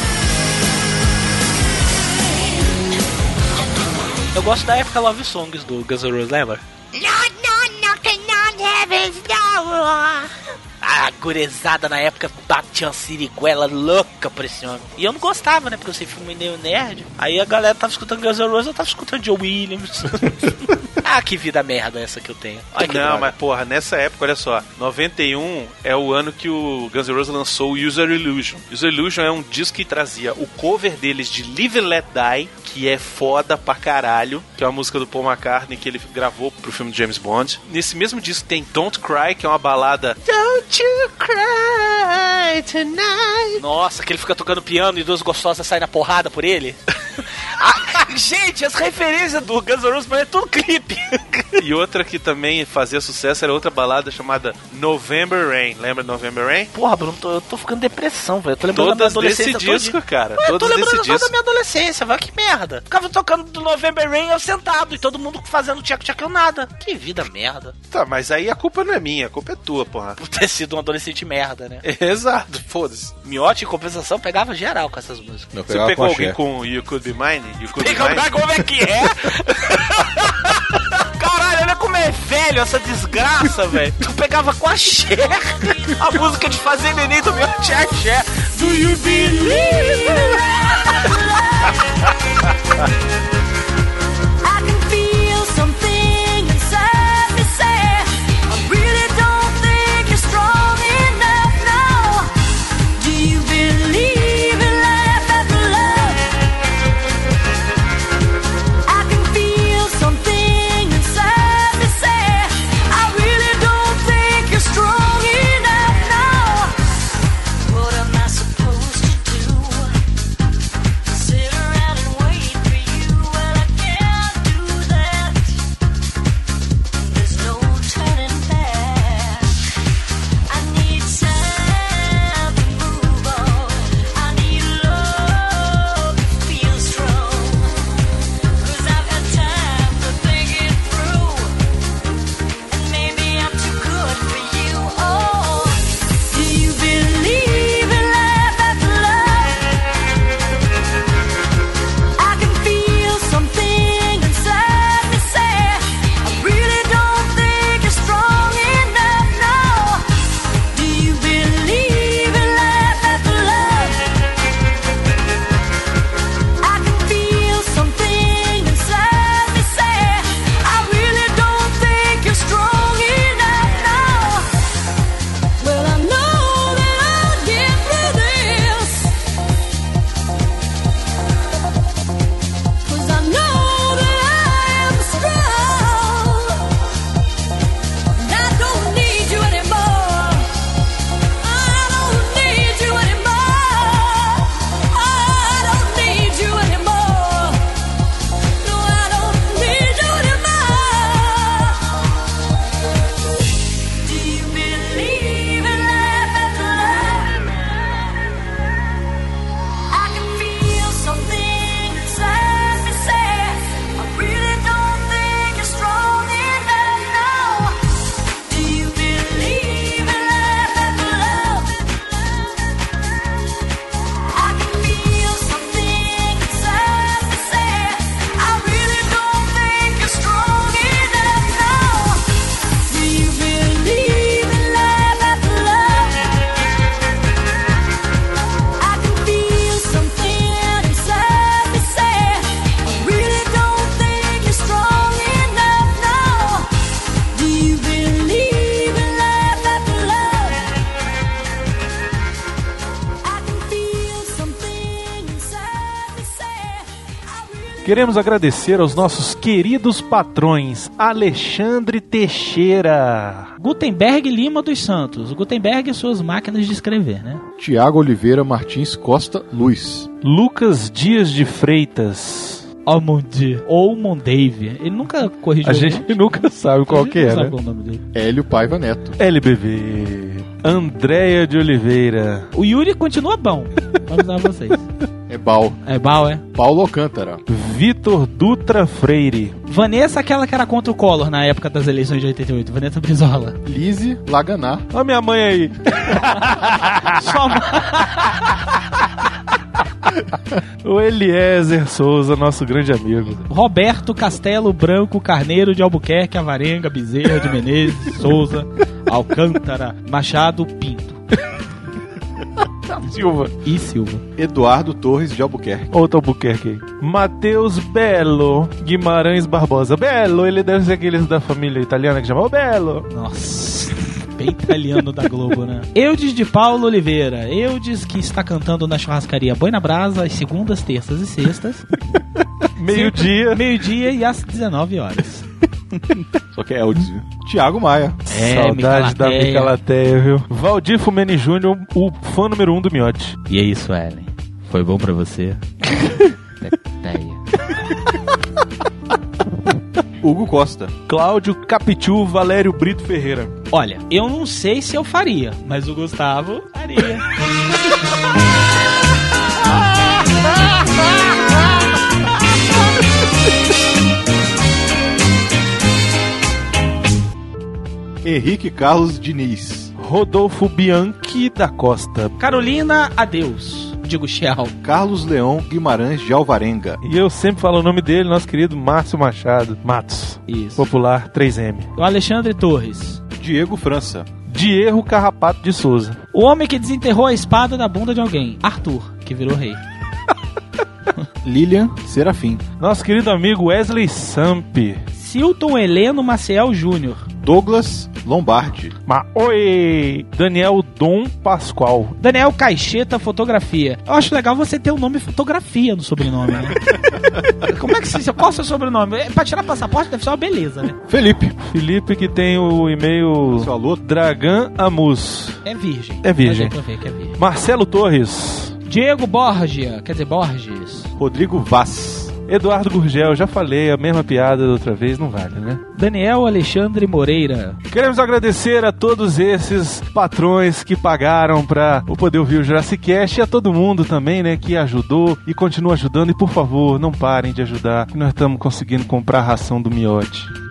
Eu gosto da época Love Songs do Guns N' Roses, lembra? A gurizada na época batia uma siriguela louca por esse homem. E eu não gostava, né? Porque eu sempre fui meio nerd. Aí a galera tava escutando Guns N' Roses, eu tava escutando Joe Williams. Ah, que vida merda essa que eu tenho. Ai, que Não, droga. mas porra, nessa época, olha só, noventa e um é o ano que o Guns N' Roses lançou o User Illusion. User Illusion é um disco que trazia o cover deles de Live and Let Die, que é foda pra caralho, que é uma música do Paul McCartney que ele gravou pro filme de James Bond. Nesse mesmo disco tem Don't Cry, que é uma balada Don't you cry tonight. Nossa, que ele fica tocando piano e duas gostosas saem na porrada por ele. Ah, gente, as referências do Guns N' Roses parecem tudo clipe. E outra que também fazia sucesso era outra balada chamada November Rain. Lembra de November Rain? Porra, Bruno, tô, eu tô ficando depressão, velho. Eu tô lembrando Todas da minha desse adolescência disco, todinha. cara. Ué, eu tô Todas lembrando desse só da disco. minha adolescência, vai que merda. Ficava tocando do November Rain eu sentado e todo mundo fazendo tchac-tchac eu nada. Que vida merda. Tá, mas aí a culpa não é minha, a culpa é tua, porra. Por ter sido um adolescente merda, né? Exato, foda-se. Miotti, em compensação, pegava geral com essas músicas. Não, Você pegava pegou com alguém axé. com You Could Be Mine? You Could Be Pegou, Mine? como é que é? Caralho, olha como é velho essa desgraça, velho. Tu pegava com a Cher a música de fazer neném do Miotti é Cher. Do you believe? I can feel something inside me say, I really don't think you're strong enough now. Do you believe in life after love? I can feel something inside me say, I really don't think you're strong enough now. What am I supposed to do? Sit around and wait for you? Queremos agradecer aos nossos queridos patrões Alexandre Teixeira, Gutenberg Lima dos Santos. O Gutenberg e suas máquinas de escrever, né? Tiago Oliveira Martins Costa Luiz. Lucas Dias de Freitas, Almond ou Mondave. Ele nunca corrigiu. a gente nunca sabe qual que é, né? o nome dele. Hélio Paiva Neto. L B V, Andréia de Oliveira, O Yuri continua bom. Vamos dar a vocês. É Bal. É bom, é? Paulo Alcântara. Vitor Dutra Freire, Vanessa, aquela que era contra o Collor na época das eleições de oitenta e oito. Vanessa Brizola. Lise Laganá. Olha minha mãe aí. Só O Eliezer Souza, nosso grande amigo. Roberto Castelo Branco Carneiro de Albuquerque, Avarenga, Bezerra de Menezes, Souza, Alcântara, Machado, Pinto Silva. e Silva. Eduardo Torres de Albuquerque. Outro Albuquerque aí. Matheus Belo Guimarães Barbosa. Belo, ele deve ser aqueles da família italiana que chamam Belo. Nossa, bem italiano da Globo, né? Eudes de Paulo Oliveira. Eudes que está cantando na churrascaria Boi na Brasa às segundas, terças e sextas. Meio-dia. Meio-dia e às dezenove horas. Só que é Eudes. Tiago Maia. É, Saudade da Micalateia. Micalateia, viu? Valdir Fumeni Júnior, o fã número um do Miotti. E é isso, Ellen. Foi bom pra você? Teteia. Hugo Costa. Cláudio Capitu Valério Brito Ferreira. Olha, eu não sei se eu faria, mas o Gustavo faria. Henrique Carlos Diniz. Rodolfo Bianchi da Costa. Carolina, adeus. Digo tchau. Carlos Leão Guimarães de Alvarenga. E eu sempre falo o nome dele, nosso querido Márcio Machado. Matos. Isso. Popular três M. O Alexandre Torres. Diego França. Diego Carrapato de Souza. O homem que desenterrou a espada da bunda de alguém. Arthur, que virou rei. Lilian Serafim. Nosso querido amigo Wesley Samp. Silton Heleno Maciel Júnior. Douglas Lombardi. Ma Oi! Daniel Dom Pascoal. Daniel Caixeta Fotografia. Eu acho legal você ter o nome fotografia no sobrenome, né? Como é que se... Qual é o seu sobrenome? É, pra tirar passaporte deve ser uma beleza, né? Felipe. Felipe, que tem o e-mail Seu alô? Dragan Amus. É virgem. É virgem. Mas dá pra ver que é virgem. Marcelo Torres. Diego Borgia, quer dizer, Borges. Rodrigo Vaz. Eduardo Gurgel, já falei, a mesma piada da outra vez, não vale, né? Daniel Alexandre Moreira. Queremos agradecer a todos esses patrões que pagaram pra eu poder ouvir o Jurassic Cast e a todo mundo também, né, que ajudou e continua ajudando. E por favor, não parem de ajudar, que nós estamos conseguindo comprar a ração do Miotti.